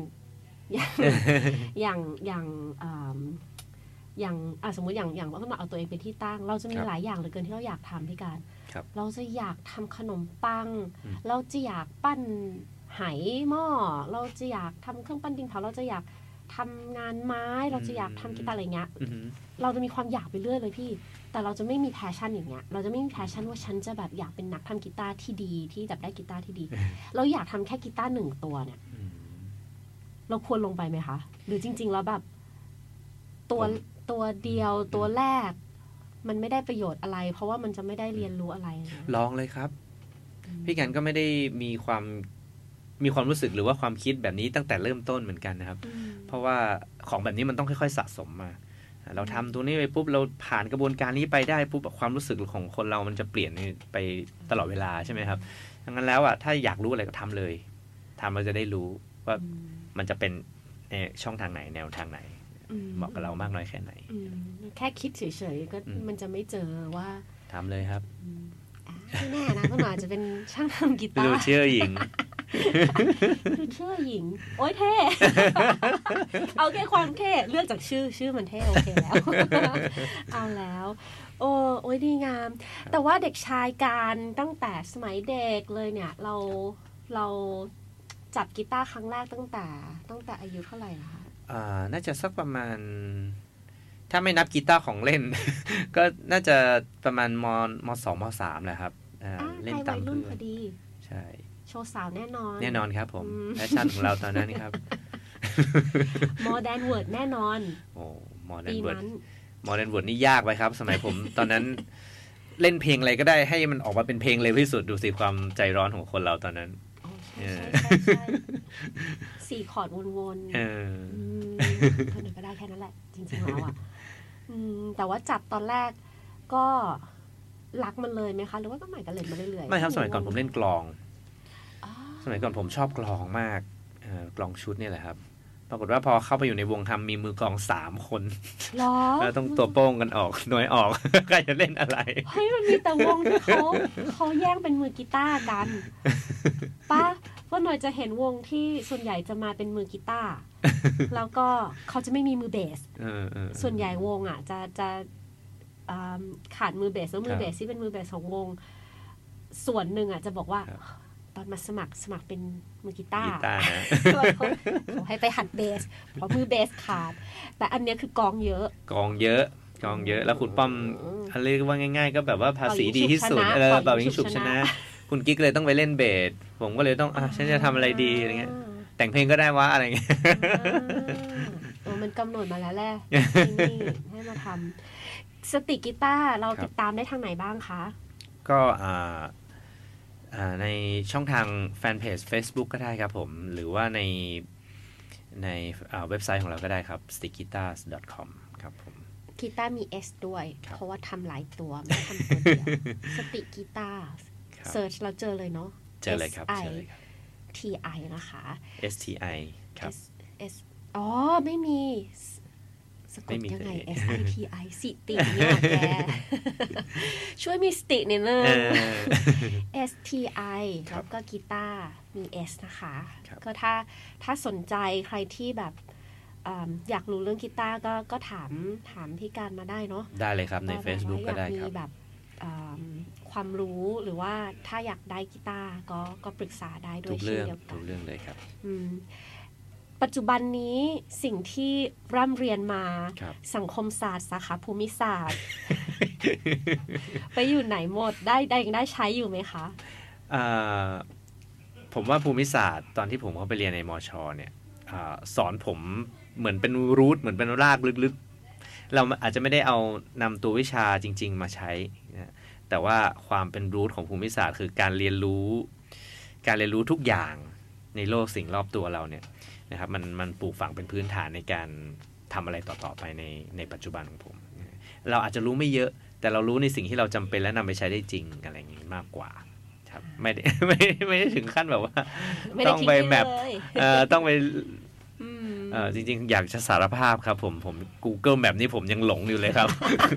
อย่างสมมติอย่างว่าเราเอาตัวเองเป็นที่ตั้งเราจะมีหลายอย่างเหลือเกินที่เราอยากทำพี่การเราจะอยากทำขนมปังเราจะอยากปั้นไหหม้อเราจะอยากทำเครื่องปั้นดินเผาเราจะอยากทำงานไม้เราจะอยากทำกีตาร์อะไรเงี้ยเราจะมีความอยากไปเรื่อยเลยพี่แต่เราจะไม่มีแพชชั่นอย่างเงี้ยเราจะไม่มีแพชชั่นว่าฉันจะแบบอยากเป็นนักทำกีตาร์ที่ดีที่แบบได้กีตาร์ที่ดีเราอยากทำแค่กีตาร์1ตัวเนี่ยเราควรลงไปไหมคะหรือจริงๆแล้วแบบตัวเดียวตัวแรกมันไม่ได้ประโยชน์อะไรเพราะว่ามันจะไม่ได้เรียนรู้อะไรลองเลยครับพี่กันก็ไม่ได้มีความรู้สึกหรือว่าความคิดแบบนี้ตั้งแต่เริ่มต้นเหมือนกันนะครับเพราะว่าของแบบนี้มันต้องค่อยๆสะสมมาเราทำตัวนี้ไปปุ๊บเราผ่านกระบวนการนี้ไปได้ปุ๊บความรู้สึกของคนเรามันจะเปลี่ยนไปตลอดเวลาใช่ไหมครับดังนั้นแล้วถ้าอยากรู้อะไรก็ทำเลยทำเราจะได้รู้ว่ามันจะเป็นช่องทางไหนแนวทางไหนเหมาะกับเรามากน้อยแค่ไหนแค่คิดเฉยๆก็มันจะไม่เจอว่าทำเลยครับไม่แน่นะก็อาจจะเป็นช่างทำกีตาร์ดูเชื่อหญิงดูเชื่อหญิงโอ๊ยเท่เอาแค่ความเท่เลือกจากชื่อมันเท่โอเคแล้วเอาแล้วโอ้ยดีงามแต่ว่าเด็กชายการตั้งแต่สมัยเด็กเลยเนี่ยเราจับกีตาร์ครั้งแรกตั้งแต่อายุเท่าไหร่ล่ะคะน่าจะสักประมาณถ้าไม่นับกีตาร์ของเล่น ก็น่าจะประมาณม.2 ม.3 แหละครับเล่นตามเพื่อนพอดีใช่โชว์สาวแน่นอนครับผมแพชชั่นของเราตอนนั้นครับ Modern Word แน่นอนโอ้ Modern Word นี่ยากไปครับสมัยผมตอนนั้นเล่นเพลงอะไรก็ได้ให้มันออกมาเป็นเพลงเร็วที่สุดดูสิความใจร้อนของคนเราตอนนั้น 4 คอร์ดวนๆเท่านั้นก็ได้แค่นั้นแหละจริงๆแล้วอ่ะแต่ว่าจับตอนแรกก็รักมันเลยไหมคะหรือว่าก็ใหม่กันเล่นมาเรื่อยๆไม่ครับสมัยก่อนผมเล่นกลองสมัยก่อนผมชอบกลองมากกลองชุดนี่แหละครับปรากฏว่าพอเข้าไปอยู่ในวงฮัมมีมือกลอง3 คนหรอแล้วต้องตัวโป้งกันออกหน่วยออก ใครจะเล่นอะไรเฮ้ยมันมีแต่วงที่เขาแย่งเป็นมือกีตาร์กันป้าว่าหน่อยจะเห็นวงที่ส่วนใหญ่จะมาเป็นมือกีตาร์แล้วก็เขาจะไม่มีมือเบสส่วนใหญ่วงอ่ะจะขาดมือเบสแล้วมือเบสที่เป็นมือเบสของวงส่วนหนึ่งอ่ะจะบอกว่าตอนมาสมัครเป็นมือกีตาร์นะเขาให้ไปหัดเบสเพราะมือเบสขาดแต่อันนี้คือกองเยอะแล้วคุณป้อมเรียกว่าง่ายๆก็แบบว่าภาษีดีที่สุดเป่ายิงฉุบชนะคุณกิ๊กเลยต้องไปเล่นเบสผมก็เลยต้องฉันจะทำอะไรดีอะไรเงี้ยแต่งเพลงก็ได้วะอะไรเงี้ยมันกำหนดมาแล้วแหละนี่ให้มาทำสติกีตาร์เราติดตามได้ทางไหนบ้างคะก็ในช่องทางแฟนเพจ Facebook ก็ได้ครับผมหรือว่าในเว็บไซต์ของเราก็ได้ครับ stickguitars.com ครับผมกีตาร์มี S ด้วยเพราะว่าทำหลายตัวไม่ทำตัวเดียวสติกีตาร์เซิร์ชเราเจอเลยเนาะเจอเลยครับ SITI นะคะ STI ครับ S อ๋อไม่มีสะกดยังไง SITI สติเนี่ยแกช่วยมีสตินิดนึง STI แล้วก็กีตาร์มี S นะคะก็ถ้าสนใจใครที่แบบอยากรู้เรื่องกีตาร์ก็ถามพี่การมาได้เนาะได้เลยครับใน Facebook ก็ได้ครับมีแบบความรู้หรือว่าถ้าอยากได้กีตาร์ก็ปรึกษาได้ด้วยเช่นเดียวกันทุกเรื่องเลยครับปัจจุบันนี้สิ่งที่ร่ำเรียนมาสังคมศาสตร์สาขาภูมิศาสตร์ ไปอยู่ไหนหมดยังได้ใช้อยู่ไหมคะผมว่าภูมิศาสตร์ตอนที่ผมเข้าไปเรียนในมช.เนี่ยสอนผมเหมือนเป็นรูทเหมือนเป็นรากลึกๆเราอาจจะไม่ได้เอานำตัววิชาจริงๆมาใช้นะแต่ว่าความเป็นรูทของภูมิศาสตร์คือการเรียนรู้ทุกอย่างในโลกสิ่งรอบตัวเราเนี่ยนะครับมันปลูกฝังเป็นพื้นฐานในการทำอะไรต่อๆไปในปัจจุบันของผมเราอาจจะรู้ไม่เยอะแต่เรารู้ในสิ่งที่เราจำเป็นและนำไปใช้ได้จริงอะไรอย่างนี้มากกว่าครับไม่ได้ถึงขั้นแบบว่าต้องไปแมปต้องไปจริงๆอยากจะสารภาพครับผม Google Map นี่ผมยังหลงอยู่เลยครับ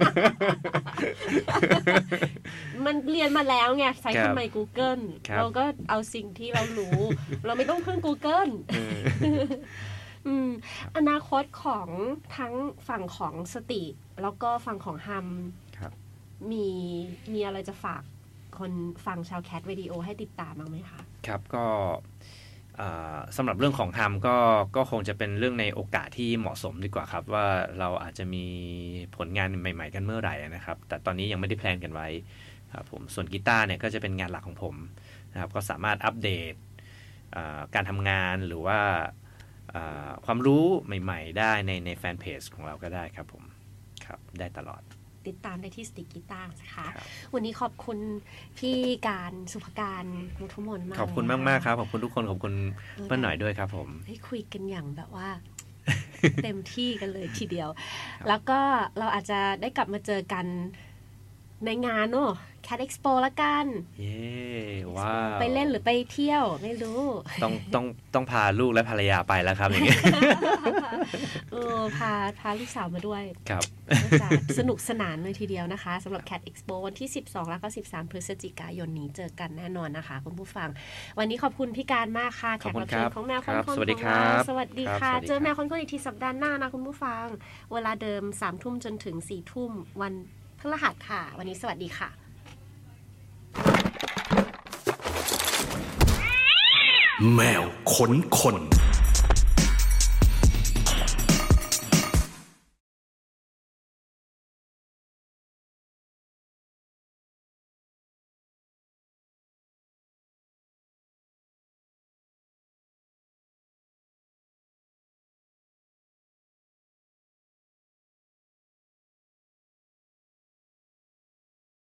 มันเรียนมาแล้วไงใช้ทำไม Google เราก็เอาสิ่งที่เรารู้เราไม่ต้องพึ่ง Google อนาคตของทั้งฝั่งของสติแล้วก็ฝั่งของฮัมมีอะไรจะฝากคนฟังชาวแคทวิดีโอให้ติดตามบ้างไหมคะครับก็สำหรับเรื่องของฮัมก็คงจะเป็นเรื่องในโอกาสที่เหมาะสมดีกว่าครับว่าเราอาจจะมีผลงานใหม่ๆกันเมื่อไหร่นะครับแต่ตอนนี้ยังไม่ได้แพลนกันไว้ครับผมส่วนกีตาร์เนี่ยก็จะเป็นงานหลักของผมนะครับก็สามารถอัปเดตการทำงานหรือว่าความรู้ใหม่ๆได้ในแฟนเพจของเราก็ได้ครับผมครับได้ตลอดติดตามได้ที่สติกกีตาร์นะคะวันนี้ขอบคุณพี่การสุภการมุทุมนมากขอบคุณมากๆครับขอบคุณทุกคนขอบคุณเปิ้ลหน่อยด้วยครับผมได้คุยกันอย่างแบบว่า เต็มที่กันเลยทีเดียวแล้วก็เราอาจจะได้กลับมาเจอกันในงานเนอะ Cat Expo ละกันเย้ว้าวไปเล่นหรือไปเที่ยวไม่รู้ต้องพาลูกและภรรยาไปแล้วครับอย่างเงี้ยพาลูกสาวมาด้วยครับสนุกสนานเลยทีเดียวนะคะสำหรับ Cat Expo วันที่12แล้วก็13พฤศจิกายนนี้เจอกันแน่นอนนะคะคุณผู้ฟังวันนี้ขอบคุณพี่การมากค่ะแขกรับเชิญของแมวคนๆสวัสดีครับสวัสดีค่ะเจอแมวคนๆอีกทีสัปดาห์หน้านะคุณผู้ฟังเวลาเดิม 3 ทุ่มจนถึง 4 ทุ่มวันพฤหัสค่ะวันนี้สวัสดีค่ะแมวขนคน